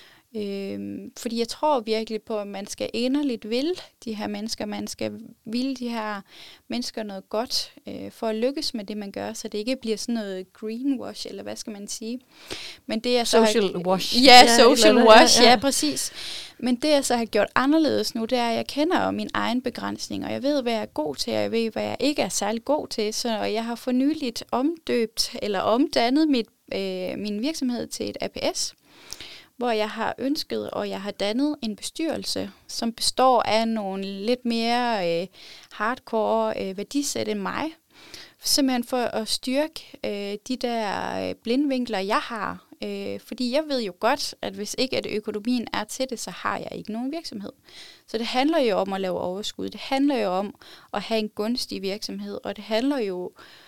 Øh, fordi jeg tror virkelig på, at man skal inderligt vil de her mennesker. Man skal ville de her mennesker noget godt øh, for at lykkes med det, man gør. Så det ikke bliver sådan noget greenwash, eller hvad skal man sige. Men det er så social har, wash. Ja, ja social eller, wash, ja, ja. ja, præcis. Men det, jeg så har gjort anderledes nu, det er, at jeg kender min egen begrænsning, og jeg ved, hvad jeg er god til, og jeg ved, hvad jeg ikke er særlig god til. Så jeg har for nyligt omdøbt, eller omdannet mit, øh, min virksomhed til et A P S, hvor jeg har ønsket, og jeg har dannet en bestyrelse, som består af nogle lidt mere øh, hardcore øh, værdisæt end mig. Simpelthen for at styrke øh, de der øh, blindvinkler, jeg har. Øh, fordi jeg ved jo godt, at hvis ikke at økonomien er til det, så har jeg ikke nogen virksomhed. Så det handler jo om at lave overskud. Det handler jo om at have en gunstig virksomhed, og det handler jo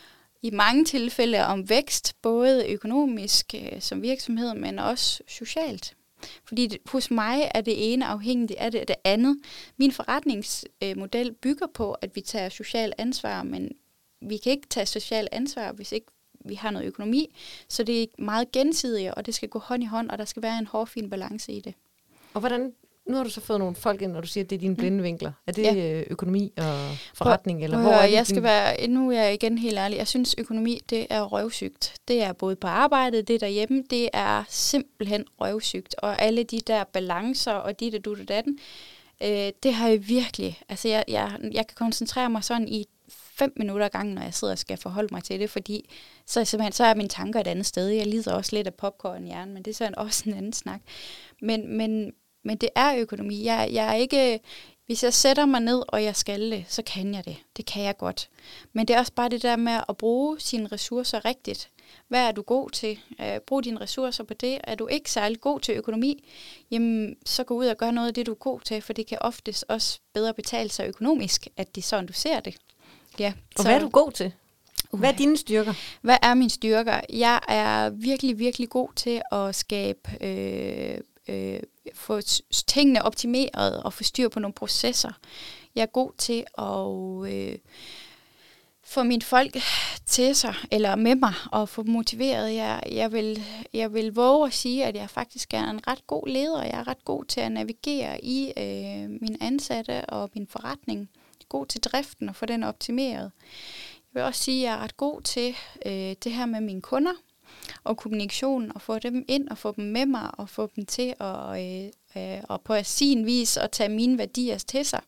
i mange tilfælde om vækst, både økonomisk øh, som virksomhed, men også socialt. Fordi det, hos mig er det ene afhængigt af det, det andet. Min forretningsmodel bygger på, at vi tager social ansvar, men vi kan ikke tage social ansvar, hvis ikke vi har noget økonomi. Så det er meget gensidigt, og det skal gå hånd i hånd, og der skal være en hårfin balance i det. Og hvordan, nu har du så fået nogle folk ind, når du siger, at det er dine blinde vinkler. Er det ja. økonomi og forretning? Prøv, eller hvor er det, jeg skal din... være, nu er jeg igen helt ærlig. Jeg synes, økonomi, det er røvsygt. Det er både på arbejdet, det er derhjemme. Det er simpelthen røvsygt. Og alle de der balancer, og de der du der datten, øh, det har jeg virkelig. Altså, jeg, jeg, jeg kan koncentrere mig sådan i fem minutter ad gangen, når jeg sidder og skal forholde mig til det, fordi så er, simpelthen, så er mine tanker et andet sted. Jeg lider også lidt af popcorn i hjernen, men det er sådan også en anden snak. Men, men, men det er økonomi. Jeg, jeg er ikke, hvis jeg sætter mig ned, og jeg skal det, så kan jeg det. Det kan jeg godt. Men det er også bare det der med at bruge sine ressourcer rigtigt. Hvad er du god til? Uh, brug dine ressourcer på det. Er du ikke særlig god til økonomi, jamen så gå ud og gør noget af det, du er god til, for det kan oftest også bedre betale sig økonomisk, at det er sådan, du ser det. Ja, og så, hvad er du god til? Hvad er dine styrker? Hvad er mine styrker? Jeg er virkelig, virkelig god til at skabe, øh, øh, få tingene optimeret og få styr på nogle processer. Jeg er god til at øh, få mine folk til sig, eller med mig, og få dem motiveret. Jeg, jeg, vil, jeg vil våge at sige, at jeg faktisk er en ret god leder. Jeg er ret god til at navigere i øh, mine ansatte og min forretning. God til driften og få den optimeret. Jeg vil også sige, at jeg er ret god til øh, det her med mine kunder og kommunikation, og få dem ind og få dem med mig, og få dem til at, øh, øh, og på sin vis at tage mine værdier til sig.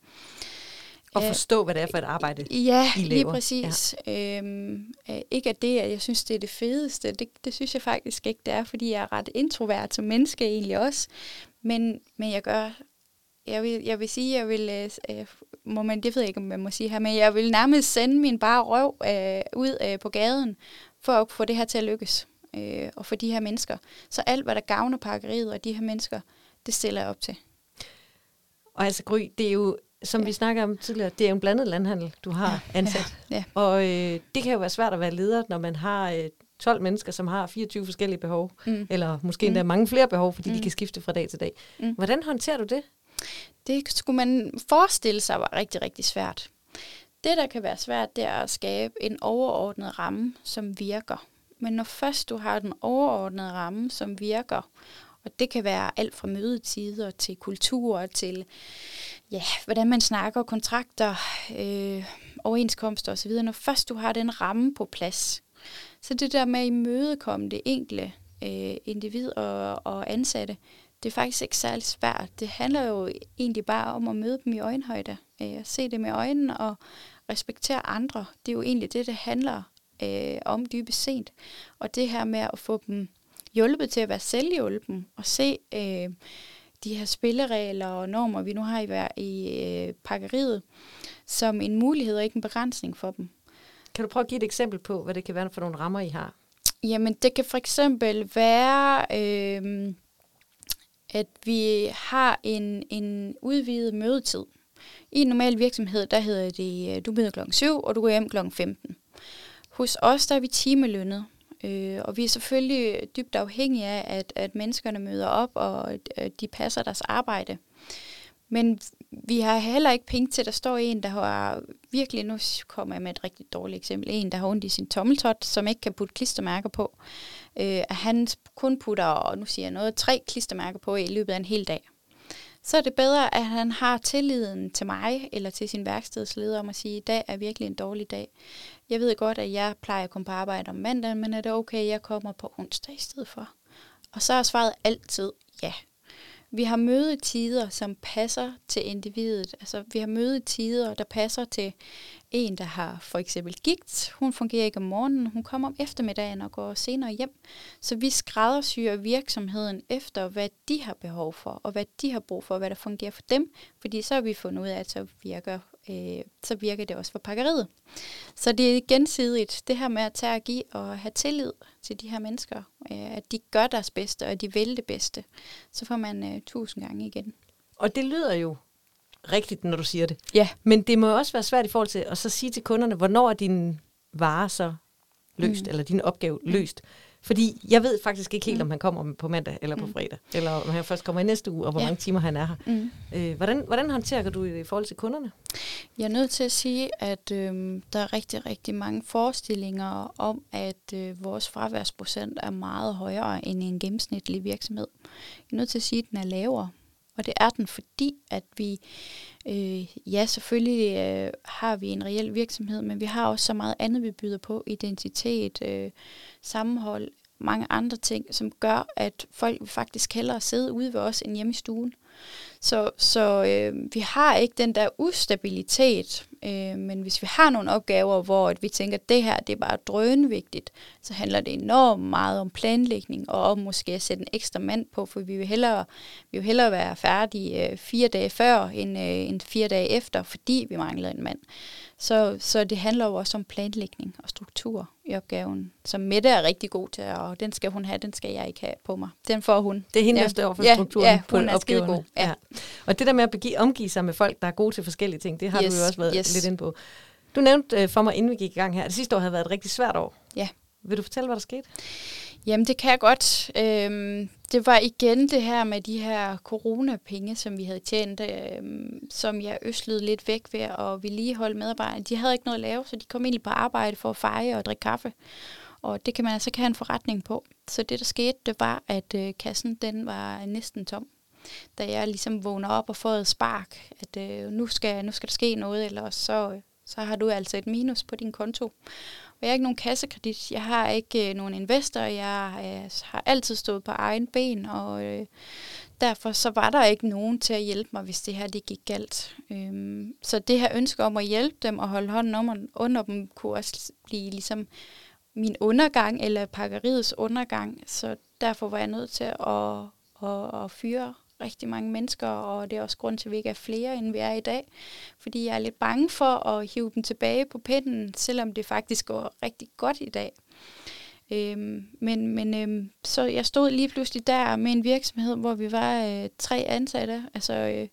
Og forstå, hvad det er for et arbejde, ja, I laver. Lige præcis. Ja. Øhm, ikke at det, at jeg synes, det er det fedeste. Det, det synes jeg faktisk ikke, det er, fordi jeg er ret introvert som menneske egentlig også. Men, men jeg gør, jeg vil, jeg vil sige, jeg vil, øh, må man, det ved jeg ikke, om man må sige her, men jeg vil nærmest sende min bare røv øh, ud øh, på gaden, for at få det her til at lykkes. Øh, og for de her mennesker. Så alt, hvad der gavner pakkeriet og de her mennesker, det stiller jeg op til. Og altså Gry, det er jo, som ja. vi snakker om tidligere, det er jo en blandet landhandel, du har ja. ansat. Ja. Ja. Og øh, det kan jo være svært at være leder, når man har øh, tolv mennesker, som har fireogtyve forskellige behov. Mm. Eller måske endda mm. mange flere behov, fordi mm. de kan skifte fra dag til dag. Mm. Hvordan håndterer du det? Det skulle man forestille sig var rigtig, rigtig svært. Det, der kan være svært, det er at skabe en overordnet ramme, som virker. Men når først du har den overordnede ramme, som virker, og det kan være alt fra mødetider til kultur, til ja, hvordan man snakker, kontrakter, øh, overenskomster osv. Når først du har den ramme på plads, så det der med at imødekomme det enkelte øh, individ og, og ansatte, det er faktisk ikke særlig svært. Det handler jo egentlig bare om at møde dem i øjenhøjde, øh, se dem i øjnene og respektere andre. Det er jo egentlig det, det handler øh, om dybest set. Og det her med at få dem hjulpet til at være selvhjulpen og se øh, de her spilleregler og normer, vi nu har i, i øh, pakkeriet, som en mulighed og ikke en begrænsning for dem. Kan du prøve at give et eksempel på, hvad det kan være for nogle rammer, I har? Jamen, det kan for eksempel være, øh, at vi har en, en udvidet mødetid. I en normal virksomhed, der hedder det, du møder klokken syv, og du går hjem klokken femten. Hos os, der er vi timelønnet. Øh, og vi er selvfølgelig dybt afhængige af, at, at menneskerne møder op, og at de passer deres arbejde. Men vi har heller ikke penge til, at der står en, der har virkelig, nu kommer jeg med et rigtig dårligt eksempel, en, der har ondt i sin tommeltot, som ikke kan putte klistermærker på. Øh, at han kun putter, og nu siger jeg noget, tre klistermærker på i løbet af en hel dag. Så er det bedre, at han har tilliden til mig, eller til sin værkstedsleder, om at sige, at i dag er virkelig en dårlig dag. Jeg ved godt, at jeg plejer at komme på arbejde om mandagen, men er det okay, at jeg kommer på onsdag i stedet for? Og så er svaret altid ja. Vi har mødetider, som passer til individet. Altså, vi har mødetider, der passer til en, der har for eksempel gigt. Hun fungerer ikke om morgenen, hun kommer om eftermiddagen og går senere hjem. Så vi skræddersyrer virksomheden efter, hvad de har behov for, og hvad de har brug for, og hvad der fungerer for dem. Fordi så har vi fundet ud af, at så virker, øh, så virker det også for pakkeriet. Så det er gensidigt, det her med at tage og give og have tillid til de her mennesker, øh, at de gør deres bedste, og de vil det bedste. Så får man øh, tusind gange igen. Og det lyder jo rigtigt, når du siger det. Ja. Men det må også være svært i forhold til at så sige til kunderne, hvornår er din vare så løst, mm. eller din opgave mm. løst. Fordi jeg ved faktisk ikke helt, om han kommer på mandag eller på mm. fredag, eller om han først kommer i næste uge, og hvor ja. mange timer han er her. Mm. Øh, hvordan, hvordan håndterer du i forhold til kunderne? Jeg er nødt til at sige, at øh, der er rigtig, rigtig mange forestillinger om, at øh, vores fraværsprocent er meget højere end en gennemsnitlig virksomhed. Jeg er nødt til at sige, at den er lavere. Og det er den, fordi at vi, øh, ja selvfølgelig øh, har vi en reel virksomhed, men vi har også så meget andet, vi byder på, identitet, øh, sammenhold, mange andre ting, som gør, at folk vil faktisk hellere sidde ude ved os end hjemme i stuen. Så, så øh, vi har ikke den der ustabilitet, øh, men hvis vi har nogle opgaver, hvor at vi tænker, at det her det er bare drønvigtigt, så handler det enormt meget om planlægning, og om måske at sætte en ekstra mand på, for vi vil hellere, vi vil hellere være færdige øh, fire dage før, end, øh, end fire dage efter, fordi vi mangler en mand. Så, så det handler jo også om planlægning og struktur i opgaven, som Mette er rigtig god til, og den skal hun have, den skal jeg ikke have på mig. Den får hun. Det er hende, ja. der står for ja, strukturen ja, på opgaverne. God. Ja. Ja. Og det der med at begive, omgive sig med folk, der er gode til forskellige ting, det har yes, du jo også været yes. lidt inde på. Du nævnte uh, for mig, inden vi gik i gang her, at sidste år havde været et rigtig svært år. Ja. Vil du fortælle, hvad der skete? Jamen, det kan jeg godt. Øhm, det var igen det her med de her coronapenge, som vi havde tjent, øhm, som jeg øslede lidt væk ved at vedligeholde medarbejderne. De havde ikke noget at lave, så de kom egentlig på arbejde for at feje og drikke kaffe. Og det kan man altså ikke have en forretning på. Så det, der skete, det var, at øh, kassen den var næsten tom. Da jeg ligesom vågner op og får et spark, at øh, nu, skal, nu skal der ske noget, eller så, så har du altså et minus på din konto. Og jeg har ikke nogen kassekredit, jeg har ikke øh, nogen investor, jeg øh, har altid stået på egen ben, og øh, derfor så var der ikke nogen til at hjælpe mig, hvis det her det gik galt. Øhm, så det her ønske om at hjælpe dem og holde hånden om, under dem, kunne også blive ligesom min undergang, eller pakkeriets undergang, så derfor var jeg nødt til at, at, at fyre rigtig mange mennesker, og det er også grund til, at vi ikke er flere, end vi er i dag, fordi jeg er lidt bange for at hive dem tilbage på pinden, selvom det faktisk går rigtig godt i dag. Øhm, men men øhm, så jeg stod lige pludselig der med en virksomhed, hvor vi var øh, tre ansatte, altså øh,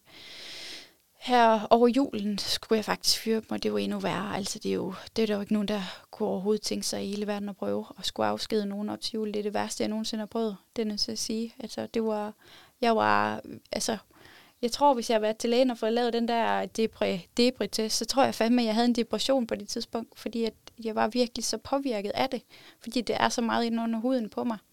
her over julen skulle jeg faktisk fyre dem, og det var endnu værre. Altså det er jo, det er der jo ikke nogen, der kunne overhovedet tænke sig i hele verden at prøve at skulle afskede nogen op til jul. Det er det værste, jeg nogensinde har prøvet, det er nødt til at sige. Altså det var, jeg var, altså jeg tror, hvis jeg havde været til lægen og fået lavet den der depri-test, så tror jeg fandme, at jeg havde en depression på det tidspunkt, fordi at jeg var virkelig så påvirket af det, fordi det er så meget inde under huden på mig.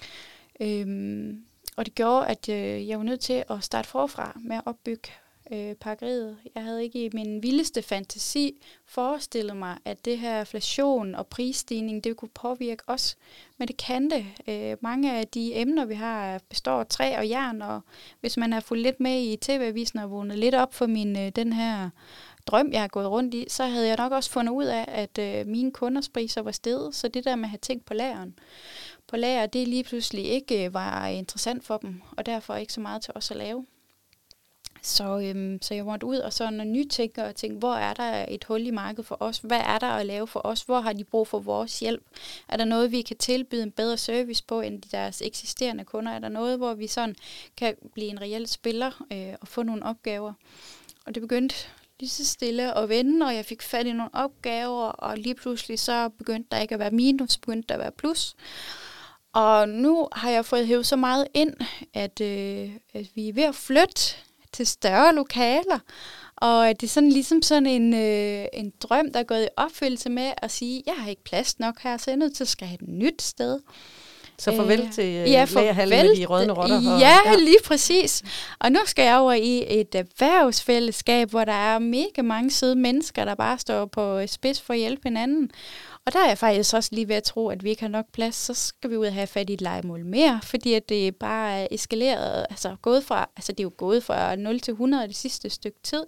Øhm, og det gjorde, at øh, jeg var nødt til at starte forfra med at opbygge øh, pakkeriet. Jeg havde ikke i min vildeste fantasi forestillet mig, at det her inflation og prisstigning, det kunne påvirke os. Men det kan det. Øh, mange af de emner, vi har, består af træ og jern, og hvis man har fulgt lidt med i T V-avisen og vågnet lidt op for min, øh, den her drøm, jeg har gået rundt i, så havde jeg nok også fundet ud af, at øh, mine kunders priser var steget. Så det der med at have ting på lageren, på lager, det lige pludselig ikke øh, var interessant for dem, og derfor ikke så meget til os at lave. Så, øhm, så jeg måtte ud og sådan nytænke og tænke, hvor er der et hul i markedet for os? Hvad er der at lave for os? Hvor har de brug for vores hjælp? Er der noget, vi kan tilbyde en bedre service på end deres eksisterende kunder? Er der noget, hvor vi sådan kan blive en reel spiller øh, og få nogle opgaver? Og det begyndte lige så stille at vende, og jeg fik fat i nogle opgaver, og lige pludselig så begyndte der ikke at være minus, begyndte der at være plus. Og nu har jeg fået hævet så meget ind, at, øh, at vi er ved at flytte til større lokaler, og det er sådan ligesom sådan en, øh, en drøm, der er gået i opfyldelse med at sige, jeg har ikke plads nok her, så jeg er nødt til at skal have et nyt sted. Så farvel øh, til øh, ja, lagerhallen med de rødne rotter. Og, ja, ja, lige præcis. Og nu skal jeg over i et erhvervsfællesskab, hvor der er mega mange søde mennesker, der bare står på spids for at hjælpe hinanden. Og der er jeg faktisk også lige ved at tro, at vi ikke har nok plads, så skal vi ud og have fat i et lejemål mere, fordi at det bare er eskaleret, altså gået fra, altså det er jo gået fra nul til hundrede det sidste stykke tid.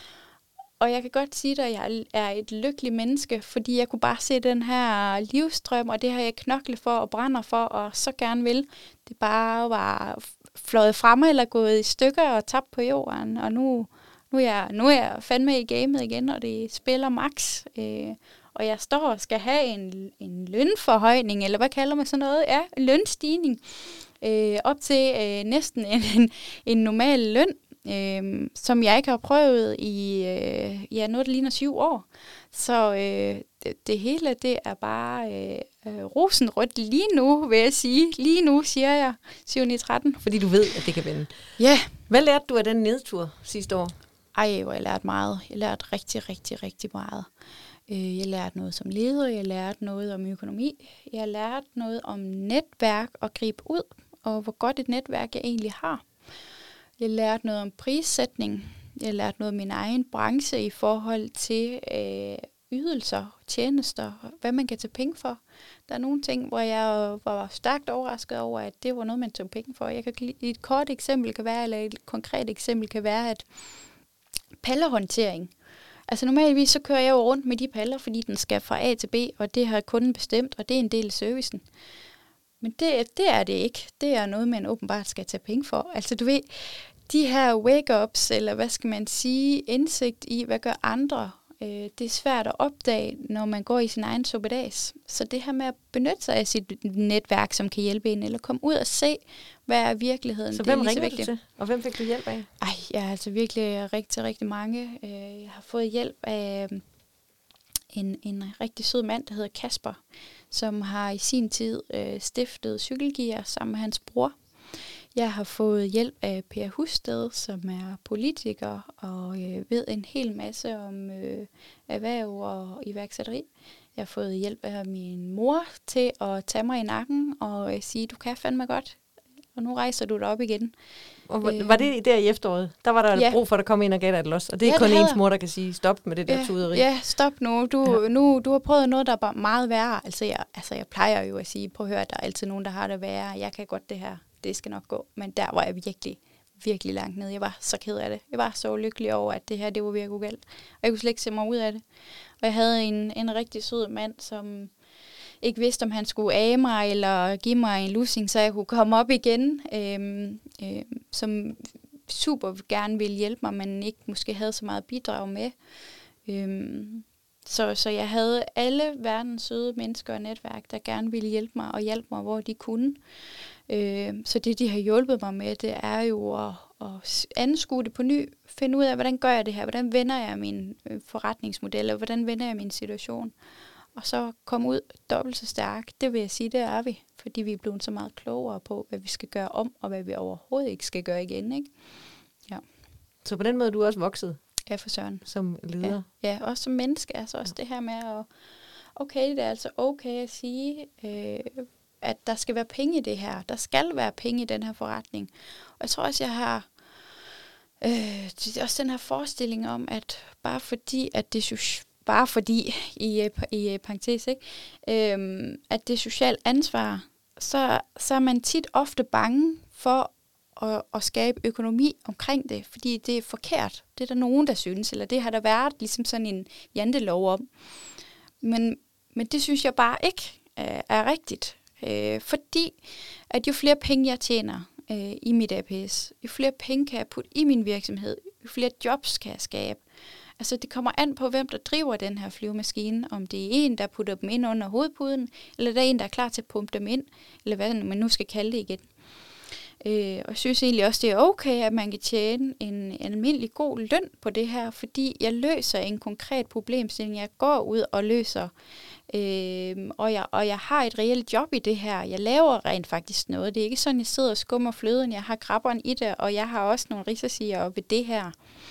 Og jeg kan godt sige dig, at jeg er et lykkeligt menneske, fordi jeg kunne bare se den her livsstrøm, og det har jeg knoklet for og brænder for, og så gerne vil. Det bare var fløjet fremme eller gået i stykker og tabt på jorden, og nu, nu, er, jeg, nu er jeg fandme i gamet igen, og det spiller max. Øh, og jeg står og skal have en, en lønforhøjning, eller hvad kalder man sådan noget? Ja, en lønstigning, øh, op til øh, næsten en, en, en normal løn. Øh, som jeg ikke har prøvet i øh, ja, noget, der ligner syv år. Så øh, det, det hele, det er bare øh, rosenrødt lige nu, vil jeg sige. Lige nu, siger jeg, syv ni tretten. Fordi du ved, at det kan vende. Ja. Yeah. Hvad lærte du af den nedtur sidste år? Ej, hvor jeg lærte meget. Jeg lærte rigtig, rigtig, rigtig meget. Jeg lærte noget som leder, jeg lærte noget om økonomi, jeg lærte noget om netværk og gribe ud, og hvor godt et netværk jeg egentlig har. Jeg lærte noget om prissætning. Jeg lærte noget om min egen branche i forhold til øh, ydelser, tjenester, hvad man kan tage penge for. Der er nogle ting, hvor jeg var stærkt overrasket over, at det var noget, man tog penge for. Jeg kan, et kort eksempel kan være, eller et konkret eksempel kan være, at pallerhåndtering. Altså normalvis så kører jeg jo rundt med de paller, fordi den skal fra A til B, og det har kunden bestemt, og det er en del af servicen. Men det, det er det ikke. Det er noget, man åbenbart skal tage penge for. Altså du ved, de her wake-ups, eller hvad skal man sige, indsigt i, hvad gør andre, øh, det er svært at opdage, når man går i sin egen suppedags. Så det her med at benytte sig af sit netværk, som kan hjælpe en, eller komme ud og se, hvad er virkeligheden. Så hvem ringer du til, og hvem fik du hjælp af? Ej, jeg har altså virkelig rigtig, rigtig mange. Jeg har fået hjælp af en, en rigtig sød mand, der hedder Kasper, som har i sin tid øh, stiftet Cykelgear sammen med hans bror. Jeg har fået hjælp af Per Husted, som er politiker og øh, ved en hel masse om øh, erhverv og iværksætteri. Jeg har fået hjælp af min mor til at tage mig i nakken og øh, sige, du kan fandme godt, og nu rejser du dig op igen. Og var, var det der i efteråret? Der var der ja. brug for, at der kom ind og gav dig et los. Og det er ja, kun det ens mor, der kan sige, stop med det der ja, tuderi. Ja, stop nu. Du, ja. nu. du har prøvet noget, der er bare meget værre. Altså jeg, altså, jeg plejer jo at sige, prøv at høre, der er altid nogen, der har det værre. Jeg kan godt det her. Det skal nok gå. Men der var jeg virkelig, virkelig langt nede. Jeg var så ked af det. Jeg var så lykkelig over, at det her, det var ved at gå galt. Og jeg kunne slet ikke se mig ud af det. Og jeg havde en, en rigtig sød mand, som ikke vidste, om han skulle af mig eller give mig en lussing, så jeg kunne komme op igen, øhm, øhm, som super gerne ville hjælpe mig, men ikke måske havde så meget bidrag med. Øhm, så, så jeg havde alle verdens søde mennesker og netværk, der gerne ville hjælpe mig og hjælpe mig, hvor de kunne. Øhm, så det, de har hjulpet mig med, det er jo at, at anskue det på ny, finde ud af, hvordan gør jeg det her, hvordan vender jeg min forretningsmodel, og hvordan vender jeg min situation. Og så komme ud dobbelt så stærk, det vil jeg sige, det er vi. Fordi vi er blevet så meget klogere på, hvad vi skal gøre om, og hvad vi overhovedet ikke skal gøre igen, ikke? Ja. Så på den måde er du også vokset? Ja, for søren. Som leder? Ja, ja, også som menneske. Altså også ja. Det her med at, okay, det er altså okay at sige, øh, at der skal være penge i det her. Der skal være penge i den her forretning. Og jeg tror også, jeg har øh, også den her forestilling om, at bare fordi, at det synes bare fordi, i, i parentes, ikke? Øhm, at det er socialt ansvar, så, så er man tit ofte bange for at, at skabe økonomi omkring det, fordi det er forkert. Det er der nogen, der synes, eller det har der været ligesom sådan en jantelov om. Men, men det synes jeg bare ikke øh, er rigtigt, øh, fordi at jo flere penge jeg tjener øh, i mit A P S, jo flere penge kan jeg putte i min virksomhed, jo flere jobs kan jeg skabe. Altså det kommer an på, hvem der driver den her flyvemaskine. Om det er en, der putter dem ind under hovedpuden, eller der er en, der er klar til at pumpe dem ind, eller hvad man nu skal kalde det igen. Øh, og jeg synes egentlig også, det er okay, at man kan tjene en, en almindelig god løn på det her, fordi jeg løser en konkret problemstilling. Jeg går ud og løser, øh, og, jeg, og jeg har et reelt job i det her. Jeg laver rent faktisk noget. Det er ikke sådan, jeg sidder og skummer fløden. Jeg har grabberen i det, og jeg har også nogle risicier ved det her.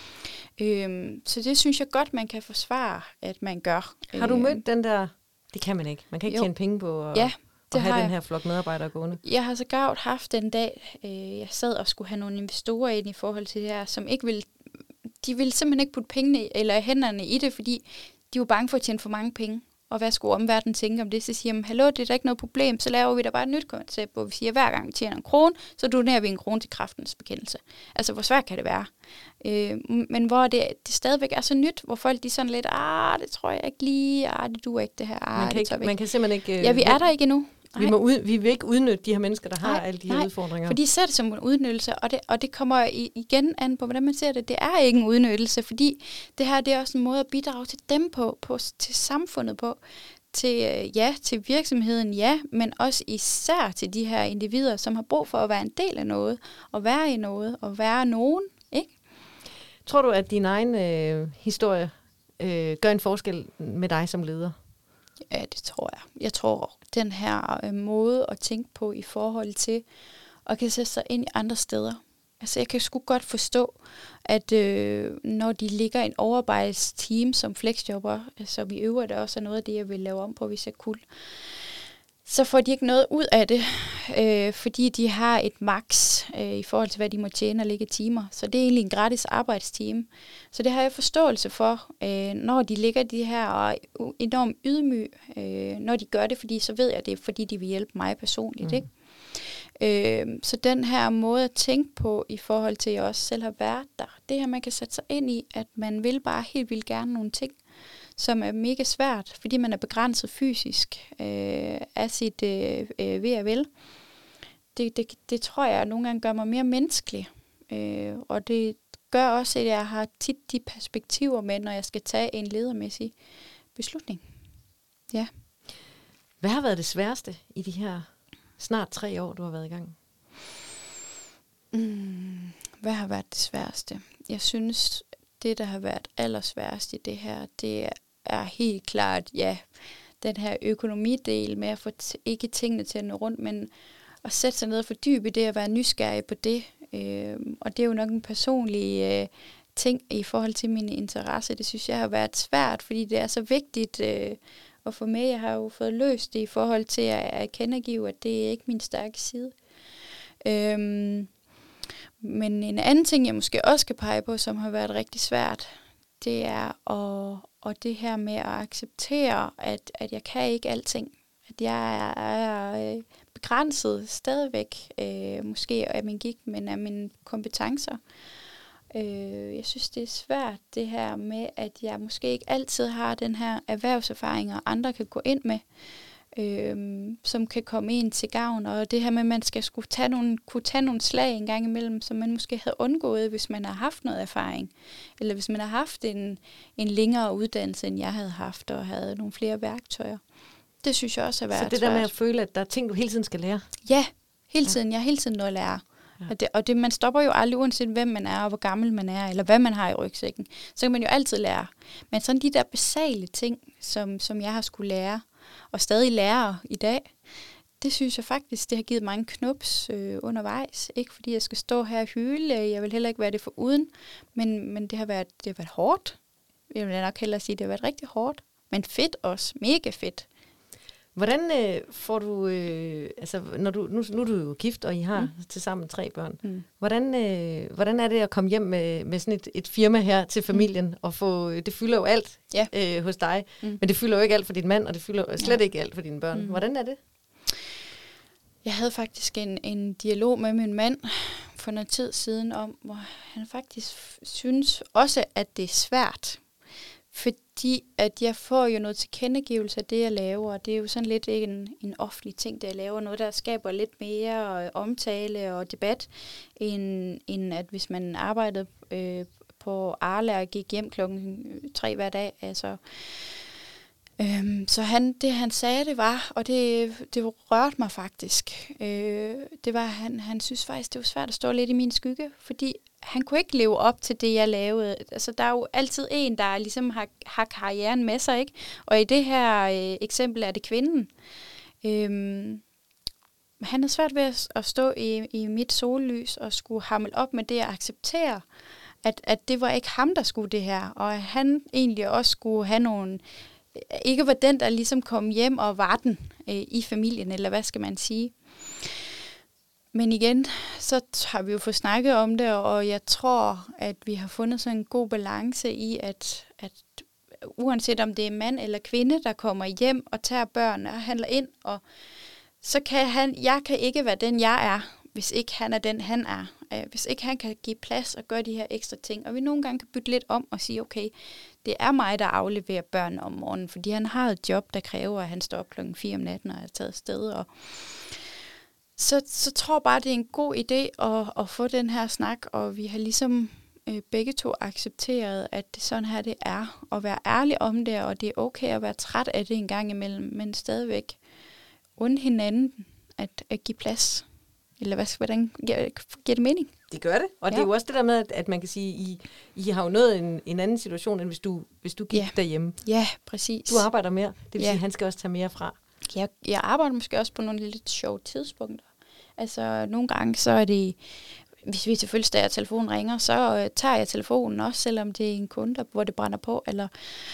Øhm, så det synes jeg godt, man kan forsvare, at man gør. Har du mødt den der, det kan man ikke, man kan ikke jo. tjene penge på at, ja, at have jeg. den her flok medarbejdere gående? Jeg har så gavt haft en dag, øh, jeg sad og skulle have nogle investorer ind i forhold til det her, som ikke ville, de ville simpelthen ikke putte pengene eller hænderne i det, fordi de var bange for at tjene for mange penge. Og hvad skulle omverdenen tænke om det? Så siger man, hallo, det er da ikke noget problem. Så laver vi da bare et nyt koncept, hvor vi siger, at hver gang vi tjener en krone, så donerer vi en krone til Kræftens Bekæmpelse. Altså, hvor svært kan det være? Øh, men hvor det, det stadigvæk er så nyt, hvor folk de sådan lidt, ah, det tror jeg ikke lige, ah, det duer ikke det her. Ah, man, kan det ikke, man kan simpelthen ikke... Ja, vi er der ikke endnu. Vi, må ud, vi vil ikke udnytte de her mennesker, der har nej, alle de her nej, udfordringer. For de ser det som en udnyttelse, og det, og det kommer igen an på, hvordan man ser det. Det er ikke en udnyttelse, fordi det her det er også en måde at bidrage til dem på, på til samfundet på. Til, ja, til virksomheden, ja, men også især til de her individer, som har brug for at være en del af noget, og være i noget, og være nogen, ikke? Tror du, at din egen øh, historie øh, gør en forskel med dig som leder? Ja, det tror jeg. Jeg tror, den her øh, måde at tænke på i forhold til at kan sætte sig ind i andre steder. Altså, jeg kan sgu godt forstå, at øh, når de ligger i en overarbejdsteam som flexjobber, som i øvrigt også er noget af det, jeg vil lave om på, hvis jeg kunne, så får de ikke noget ud af det, øh, fordi de har et max øh, i forhold til, hvad de må tjene og ligge timer. Så det er egentlig en gratis arbejdsteam. Så det har jeg forståelse for, øh, når de ligger de her og er enormt ydmyg, øh, når de gør det, fordi så ved jeg, at det er, fordi de vil hjælpe mig personligt, mm. ikke? Øh, så den her måde at tænke på i forhold til, at jeg også selv har været der, det her, man kan sætte sig ind i, at man vil bare helt vildt gerne nogle ting, som er mega svært, fordi man er begrænset fysisk øh, af sit øh, øh, ved og vel. Det, det, det tror jeg nogle gange gør mig mere menneskelig, øh, og det gør også, at jeg har tit de perspektiver med, når jeg skal tage en ledermæssig beslutning. Ja. Hvad har været det sværeste i de her snart tre år, du har været i gang? Mm, hvad har været det sværeste? Jeg synes, det, der har været allersværest i det her, det er er helt klart, ja, den her økonomidel med at få t- ikke tingene til at nå rundt, men at sætte sig ned og fordybe det, og være nysgerrig på det. Øh, og det er jo nok en personlig øh, ting i forhold til mine interesser. Det synes jeg har været svært, fordi det er så vigtigt øh, at få med. Jeg har jo fået løst det i forhold til at erkendegive, at det er ikke min stærke side. Øh, men en anden ting, jeg måske også kan pege på, som har været rigtig svært, det er at, og det her med at acceptere, at, at jeg kan ikke alting. At jeg er, er begrænset stadigvæk, øh, måske af min gigt, men af mine kompetencer. Øh, jeg synes, det er svært det her med, at jeg måske ikke altid har den her erhvervserfaring, og andre kan gå ind med, øh, som kan komme ind til gavn. Og det her med, at man skal skulle tage nogle, kunne tage nogle slag en gang imellem, som man måske havde undgået, hvis man har haft noget erfaring. Eller hvis man har haft en, en længere uddannelse, end jeg havde haft, og havde nogle flere værktøjer. Det synes jeg også har været Så det svært. der med at føle, at der er ting, du hele tiden skal lære? Ja, hele tiden. Ja. Jeg er hele tiden noget at lære. Ja. Og, det, og det, man stopper jo aldrig, uanset hvem man er, og hvor gammel man er, eller hvad man har i rygsækken. Så kan man jo altid lære. Men sådan de der basale ting, som, som jeg har skulle lære, og stadig lærer i dag, det synes jeg faktisk, det har givet mange knups øh, undervejs. Ikke fordi jeg skal stå her og hyle, jeg vil heller ikke være det for uden, men, men det, har været, det har været hårdt. Jeg vil nok hellere sige, det har været rigtig hårdt. Men fedt også. Mega fedt. Hvordan øh, får du, øh, altså når du, nu, nu er du jo gift, og I har mm. tilsammen tre børn. Mm. Hvordan, øh, hvordan er det at komme hjem med, med sådan et, et firma her til familien, mm. og få, det fylder jo alt ja. øh, hos dig, mm. men det fylder jo ikke alt for din mand, og det fylder slet ja. ikke alt for dine børn. Mm. Hvordan er det? Jeg havde faktisk en, en dialog med min mand for noget tid siden, om hvor han faktisk synes også, at det er svært. Fordi at jeg får jo noget tilkendegivelse af det, jeg laver, og det er jo sådan lidt en, en offentlig ting, det jeg laver. Noget, der skaber lidt mere omtale og debat, end, end at hvis man arbejdede øh, på Arla og gik hjem klokken tre hver dag. Altså. Øhm, så han, det han sagde, det var, og det, det rørte mig faktisk, øh, det var, han, han synes faktisk, det var svært at stå lidt i min skygge, fordi han kunne ikke leve op til det, jeg lavede. Altså, der er jo altid en, der ligesom har, har karrieren med sig, ikke? Og i det her øh, eksempel er det kvinden. Øhm, han er svært ved at, at stå i, i mit sollys og skulle hamle op med det at acceptere, at, at det var ikke ham, der skulle det her, og at han egentlig også skulle have nogle, ikke var den, der ligesom kom hjem og var den øh, i familien, eller hvad skal man sige. Men igen, så har vi jo fået snakket om det, og jeg tror, at vi har fundet sådan en god balance i, at, at uanset om det er mand eller kvinde, der kommer hjem og tager børn og handler ind, og så kan han, jeg kan ikke være den, jeg er, hvis ikke han er den, han er. Hvis ikke han kan give plads og gøre de her ekstra ting. Og vi nogle gange kan bytte lidt om og sige, okay, det er mig, der afleverer børn om morgenen, fordi han har et job, der kræver, at han står op klokken fire om natten og er taget afsted. Og så, så tror jeg bare, det er en god idé at, at få den her snak, og vi har ligesom øh, begge to accepteret, at det sådan her det er, at være ærlig om det, og det er okay at være træt af det en gang imellem, men stadigvæk unde hinanden at, at give plads. Eller hvad, hvordan giver, giver det mening? Det gør det, og ja. Det er jo også det der med, at, at man kan sige, I, I har jo nået en, en anden situation, end hvis du, hvis du gik ja. derhjemme. Ja, præcis. Du arbejder mere, det vil ja. sige, at han skal også tage mere fra. Jeg, jeg arbejder måske også på nogle lidt sjove tidspunkter. Altså, nogle gange så er det, hvis vi selvfølgelig stager telefonen ringer, så øh, tager jeg telefonen også, selvom det er en kunde, der, hvor det brænder på, eller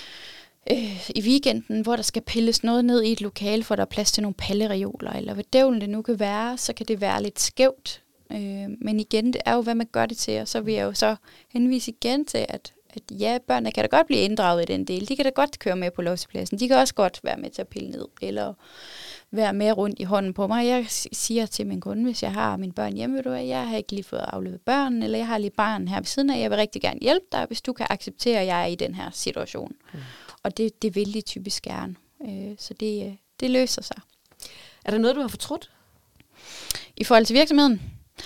øh, i weekenden, hvor der skal pilles noget ned i et lokale, for der er plads til nogle pallereoler, eller hvad dævlen det nu kan være, så kan det være lidt skævt. Øh, men igen, det er jo, hvad man gør det til, og så vil jeg jo så henvise igen til, at, at ja, børnene kan da godt blive inddraget i den del. De kan da godt køre med på låsepladsen. De kan også godt være med til at pille ned, eller være med rundt i hånden på mig. Jeg siger til min kunde, hvis jeg har mine børn hjemme, ved du hvad, jeg har ikke lige fået afleveret børn, eller jeg har lige barn her ved siden af, jeg vil rigtig gerne hjælpe dig, hvis du kan acceptere, at jeg er i den her situation. Mm. Og det, det vil de typisk gerne. Øh, så det, det løser sig. Er der noget, du har fortrudt? I forhold til virksomheden?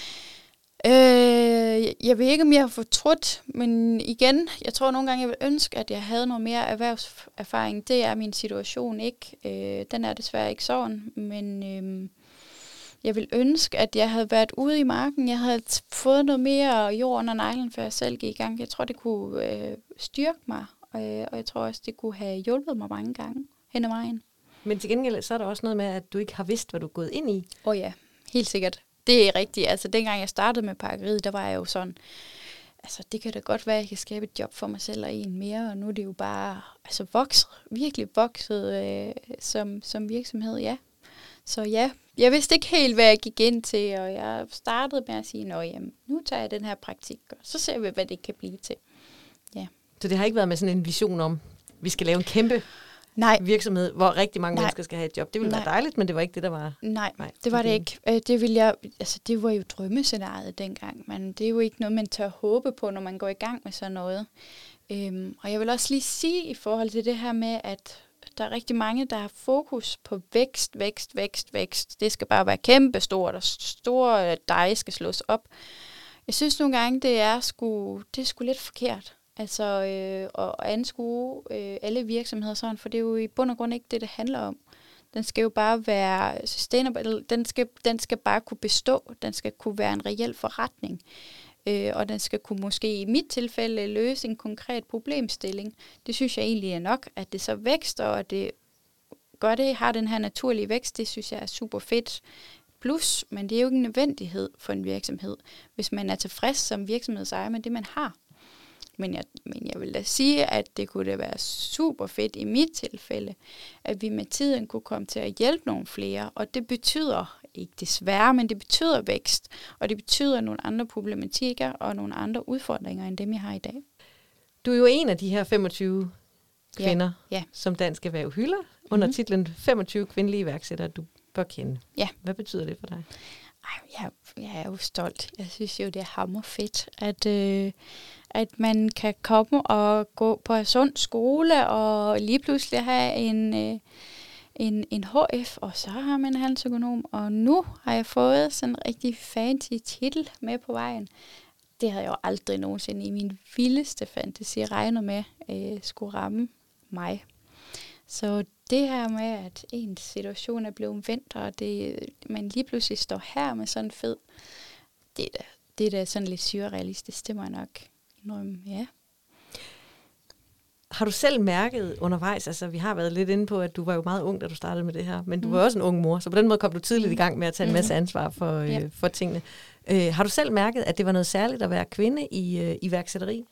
Øh, jeg ved ikke, om jeg har fortrudt, men igen, jeg tror nogle gange, jeg vil ønske, at jeg havde noget mere erhvervserfaring. Det er min situation ikke. Øh, den er desværre ikke sådan, men øh, jeg vil ønske, at jeg havde været ude i marken. Jeg havde fået noget mere jord under neglen, før jeg selv gik i gang. Jeg tror, det kunne øh, styrke mig øh, og jeg tror også, det kunne have hjulpet mig mange gange hen ad vejen. Men til gengæld, så er der også noget med, at du ikke har vidst, hvad du er gået ind i. Åh oh ja, helt sikkert. Det er rigtigt. Altså, dengang jeg startede med pakkeriet, der var jeg jo sådan, altså, det kan da godt være, at jeg kan skabe et job for mig selv og en mere, og nu er det jo bare altså, vokset, virkelig vokset øh, som, som virksomhed, ja. Så ja, jeg vidste ikke helt, hvad jeg gik ind til, og jeg startede med at sige, nå jamen, nu tager jeg den her praktik, og så ser vi, hvad det kan blive til. Ja. Så det har ikke været med sådan en vision om, vi skal lave en kæmpe Nej. virksomhed, hvor rigtig mange Nej. mennesker skal have et job. Det ville Nej. være dejligt, men det var ikke det, der var... Nej, Nej det var det ikke. Det, ville jeg, altså, det var jo drømmescenariet dengang, men det er jo ikke noget, man tør håbe på, når man går i gang med sådan noget. Øhm, og jeg vil også lige sige i forhold til det her med, at der er rigtig mange, der har fokus på vækst, vækst, vækst, vækst. Det skal bare være kæmpestort, og store deje skal slås op. Jeg synes nogle gange, det er sgu, det er sgu lidt forkert. Altså øh, at anskue øh, alle virksomheder sådan, for det er jo i bund og grund ikke det, det handler om. Den skal jo bare være sustainable, den skal, den skal bare kunne bestå, den skal kunne være en reel forretning, øh, og den skal kunne måske i mit tilfælde løse en konkret problemstilling. Det synes jeg egentlig er nok, at det så vækster, og det gør det, har den her naturlige vækst, det synes jeg er super fedt. Plus, men det er jo ikke en nødvendighed for en virksomhed, hvis man er tilfreds som virksomhedsejer med det, man har. Men jeg, men jeg vil da sige, at det kunne da være super fedt i mit tilfælde, at vi med tiden kunne komme til at hjælpe nogle flere. Og det betyder, ikke desværre, men det betyder vækst. Og det betyder nogle andre problematikker og nogle andre udfordringer, end dem jeg har i dag. Du er jo en af de her femogtyve kvinder, ja. Ja. som Dansk Erhverv hylder, under mm-hmm. titlen femogtyve kvindelige iværksættere, du bør kende. Ja. Hvad betyder det for dig? Ej, jeg, jeg er jo stolt. Jeg synes jo, det er hammerfedt, at, øh, at man kan komme og gå på en sund skole, og lige pludselig have en, øh, en, en H F, og så har man handelsøkonom. Og nu har jeg fået sådan en rigtig fancy titel med på vejen. Det havde jeg jo aldrig nogensinde i min vildeste fantasi regnet med, øh, skulle ramme mig. Så det her med, at ens situation er blevet vendt, og det, man lige pludselig står her med sådan en fed, det er da, det er da sådan lidt surrealistisk, det må jeg nok indrømme, ja. Har du selv mærket undervejs, altså vi har været lidt inde på, at du var jo meget ung, da du startede med det her, men du mm. var også en ung mor, så på den måde kom du tidligt i gang med at tage en masse ansvar for, øh, ja. for tingene. Øh, har du selv mærket, at det var noget særligt at være kvinde i øh, iværksætteri?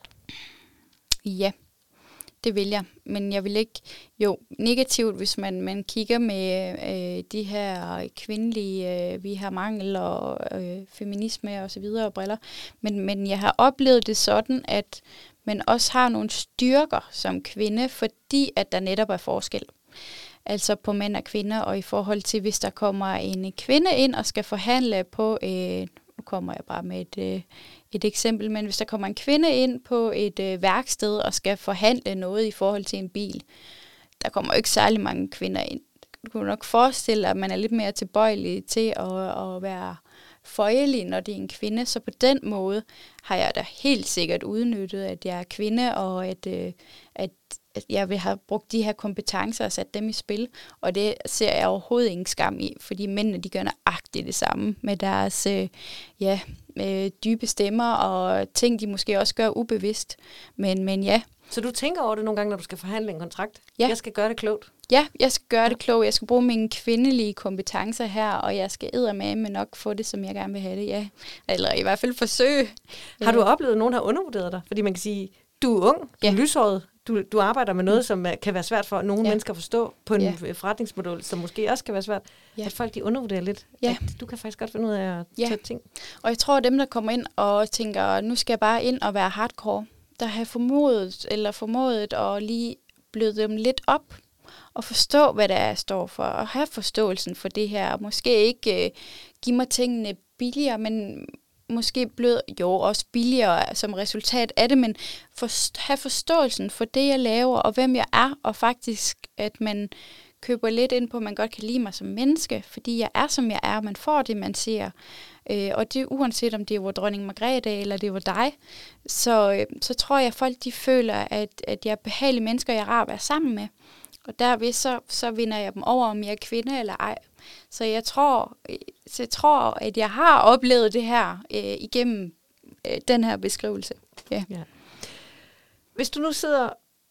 Ja. Det vil jeg, men jeg vil ikke, jo, negativt, hvis man, man kigger med øh, de her kvindelige, øh, vi har mangel og øh, feminisme og så videre og briller, men, men jeg har oplevet det sådan, at man også har nogle styrker som kvinde, fordi at der netop er forskel. Altså på mænd og kvinder, og i forhold til, hvis der kommer en kvinde ind og skal forhandle på, øh, nu kommer jeg bare med et... Øh, Et eksempel, men hvis der kommer en kvinde ind på et øh, værksted og skal forhandle noget i forhold til en bil, der kommer jo ikke særlig mange kvinder ind. Du kan nok forestille dig, at man er lidt mere tilbøjelig til at, at være føjelig, når det er en kvinde. Så på den måde har jeg da helt sikkert udnyttet, at jeg er kvinde, og at, øh, at, at jeg vil have brugt de her kompetencer og sat dem i spil. Og det ser jeg overhovedet ingen skam i, fordi mændene de gør nøjagtigt det samme med deres øh, ja, øh, dybe stemmer og ting, de måske også gør ubevidst. Men, men ja. Så du tænker over det nogle gange, når du skal forhandle en kontrakt? Ja. Jeg skal gøre det klogt? Ja, jeg skal gøre det klogt. Jeg skal bruge mine kvindelige kompetencer her, og jeg skal eddermame nok få det, som jeg gerne vil have det, ja. Eller i hvert fald forsøge. Har du oplevet, at nogen har undervurderet dig? Fordi man kan sige, du er ung, du ja. er lyshåret, du, du arbejder med noget, mm. som kan være svært for nogle ja. mennesker at forstå på en ja. forretningsmodel, som måske også kan være svært. Ja. At folk de undervurderer lidt. Ja. At du kan faktisk godt finde ud af at ja. tage ting. Og jeg tror, at dem, der kommer ind og tænker, nu skal jeg bare ind og være hardcore, der har formodet, eller formået at lige bløde dem lidt op, og forstå, hvad det er, jeg står for, og have forståelsen for det her, og måske ikke øh, give mig tingene billigere, men måske blød, jo også billigere som resultat af det, men for, have forståelsen for det, jeg laver, og hvem jeg er, og faktisk, at man køber lidt ind på, at man godt kan lide mig som menneske, fordi jeg er, som jeg er, og man får det, man ser. Øh, og det uanset om det var dronning Margrethe, eller det var dig, så, øh, så tror jeg, at folk de føler, at, at jeg er behagelige mennesker, jeg er rar at være sammen med. Og derved så, så vinder jeg dem over, om jeg er kvinde eller ej. Så jeg tror, så jeg tror at jeg har oplevet det her øh, igennem øh, den her beskrivelse. Ja. Ja. Hvis du nu sidder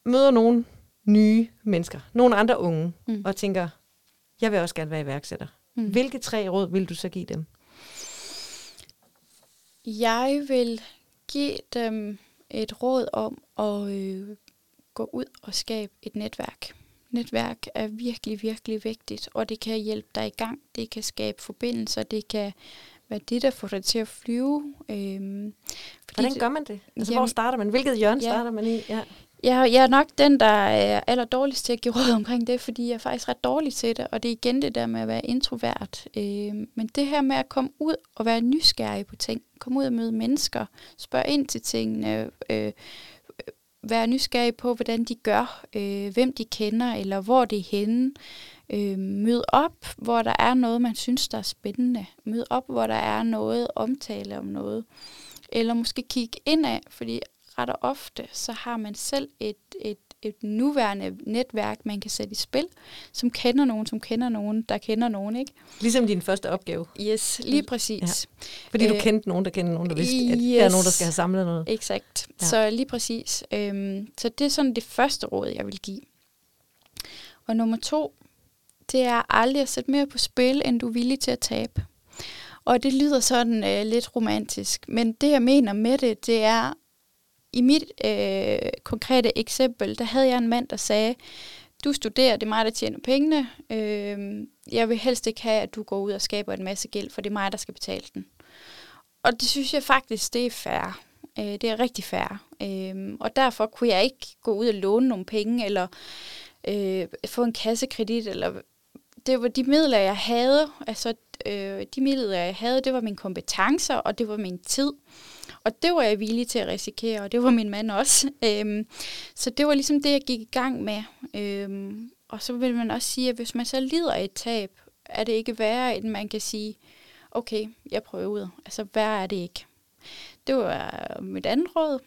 møder nogle nye mennesker, nogle andre unge, Mm. og tænker, jeg vil også gerne være iværksætter. Mm. Hvilke tre råd vil du så give dem? Jeg vil give dem et råd om at øh, gå ud og skabe et netværk. Netværk er virkelig, virkelig vigtigt, og det kan hjælpe dig i gang. Det kan skabe forbindelser, det kan være det, der får dig til at flyve. Øhm, Hvordan gør man det? Altså, jamen, hvor starter man? Hvilket hjørne ja. starter man i? Ja. Jeg, jeg er nok den, der er aller dårligst til at give råd omkring det, fordi jeg er faktisk ret dårlig til det, og det er igen det der med at være introvert. Øh, men det her med at komme ud og være nysgerrig på ting, komme ud og møde mennesker, spørge ind til tingene, øh, være nysgerrig på, hvordan de gør, øh, hvem de kender, eller hvor det er henne. Øh, møde op, hvor der er noget, man synes, der er spændende. Møde op, hvor der er noget omtale om noget. Eller måske kigge indad, fordi ret og ofte, så har man selv et, et, et nuværende netværk, man kan sætte i spil, som kender nogen, som kender nogen, der kender nogen, ikke? Ligesom din første opgave. Yes, lige præcis. Ja. Fordi du øh, kendte nogen, der kendte nogen, der vidste, at yes. der er nogen, der skal have samlet noget. Exakt. Ja. Så lige præcis. Øhm, så det er sådan det første råd, jeg vil give. Og nummer to, det er aldrig at sætte mere på spil, end du er villig til at tabe. Og det lyder sådan øh, lidt romantisk, men det jeg mener med det, det er, i mit øh, konkrete eksempel, der havde jeg en mand, der sagde, du studerer, det er mig, der tjener pengene. Øh, jeg vil helst ikke have, at du går ud og skaber en masse gæld, for det er mig, der skal betale den. Og det synes jeg faktisk, det er fair. Øh, det er rigtig fair. Øh, og derfor kunne jeg ikke gå ud og låne nogle penge, eller øh, få en kassekredit. Eller det var de midler, jeg havde. Altså, øh, de midler, jeg havde, det var mine kompetencer, og det var min tid. Og det var jeg villig til at risikere, og det var min mand også. Øhm, så det var ligesom det, jeg gik i gang med. Øhm, og så vil man også sige, at hvis man så lider af et tab, er det ikke værre, end man kan sige, okay, jeg prøver ud. Altså, værre er det ikke. Det var mit andet råd.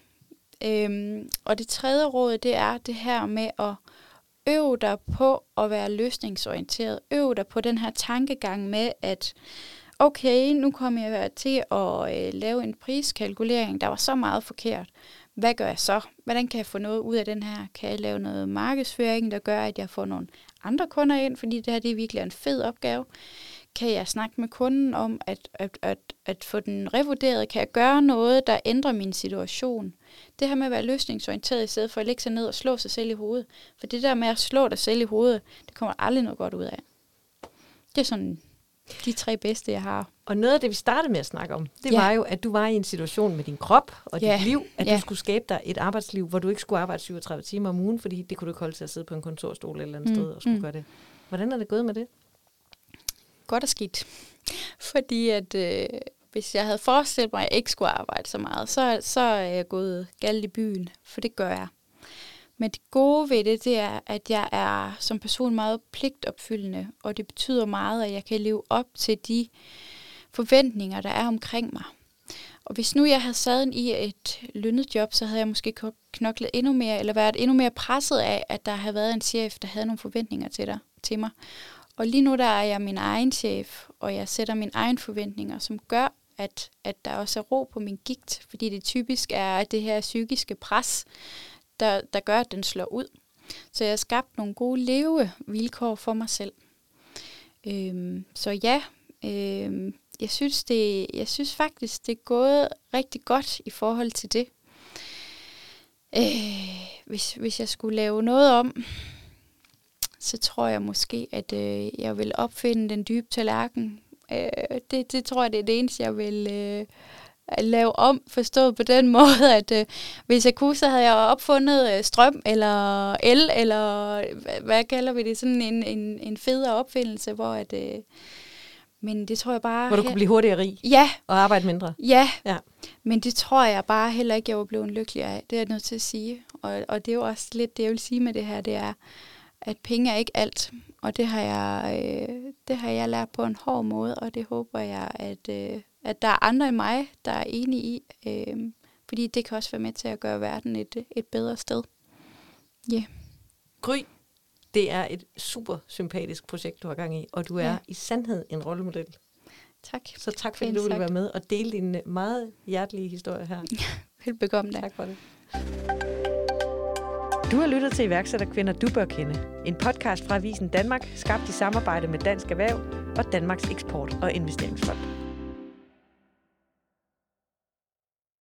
Øhm, og det tredje råd, det er det her med at øve dig på at være løsningsorienteret. Øve dig på den her tankegang med, at okay, nu kommer jeg til at øh, lave en priskalkulering, der var så meget forkert. Hvad gør jeg så? Hvordan kan jeg få noget ud af den her? Kan jeg lave noget markedsføring, der gør, at jeg får nogle andre kunder ind? Fordi det her det er virkelig en fed opgave. Kan jeg snakke med kunden om at, at, at, at få den revurderet? Kan jeg gøre noget, der ændrer min situation? Det her med at være løsningsorienteret, i stedet for at lægge sig ned og slå sig selv i hovedet. For det der med at slå dig selv i hovedet, det kommer aldrig noget godt ud af. Det er sådan de tre bedste, jeg har. Og noget af det, vi startede med at snakke om, det ja. var jo, at du var i en situation med din krop og dit ja. liv, at ja. du skulle skabe dig et arbejdsliv, hvor du ikke skulle arbejde syvogtredive timer om ugen, fordi det kunne du ikke holde til at sidde på en kontorstol eller et eller andet mm. sted og skulle mm. gøre det. Hvordan er det gået med det? Godt og skidt. Fordi at øh, hvis jeg havde forestillet mig, at jeg ikke skulle arbejde så meget, så, så er jeg gået galt i byen, for det gør jeg. Men det gode ved det, det er, at jeg er som person meget pligtopfyldende, og det betyder meget, at jeg kan leve op til de forventninger, der er omkring mig. Og hvis nu jeg havde sad i et lønnet job, så havde jeg måske knoklet endnu mere, eller været endnu mere presset af, at der havde været en chef, der havde nogle forventninger til, dig, til mig. Og lige nu der er jeg min egen chef, og jeg sætter mine egne forventninger, som gør, at, at der også er ro på min gigt, fordi det typisk er det her psykiske pres, der, der gør, at den slår ud. Så jeg har skabt nogle gode levevilkår for mig selv. Øhm, så ja, øhm, jeg, synes det, jeg synes faktisk, det er gået rigtig godt i forhold til det. Øh, hvis, hvis jeg skulle lave noget om, så tror jeg måske, at øh, jeg vil opfinde den dybe tallerken. Øh, det, det tror jeg, det er det eneste, jeg vil øh, lave om, forstået på den måde, at øh, hvis jeg kunne, så havde jeg opfundet øh, strøm eller el, eller hvad, hvad kalder vi det, sådan en, en, en federe opfindelse, hvor at, øh, men det tror jeg bare... Hvor du kunne blive hurtigere rig ja. og arbejde mindre. Ja, ja, men det tror jeg bare heller ikke, jeg var blevet lykkelig af. Det er jeg nødt til at sige. Og, og det er jo også lidt det, jeg vil sige med det her, det er, at penge er ikke alt. Og det har jeg, øh, det har jeg lært på en hård måde, og det håber jeg, at, øh, at der er andre end mig, der er enige i. Øh, fordi det kan også være med til at gøre verden et, et bedre sted. Ja. Yeah. Gry, det er et super sympatisk projekt, du har gang i, og du er ja. i sandhed en rollemodel. Tak. Så tak, fordi du ville være med og dele din meget hjertelige historie her. Velbekomme. Tak for det. Du har lyttet til iværksætterkvinder, du bør kende. En podcast fra Avisen Danmark, skabt i samarbejde med Dansk Erhverv og Danmarks Eksport- og Investeringsfond.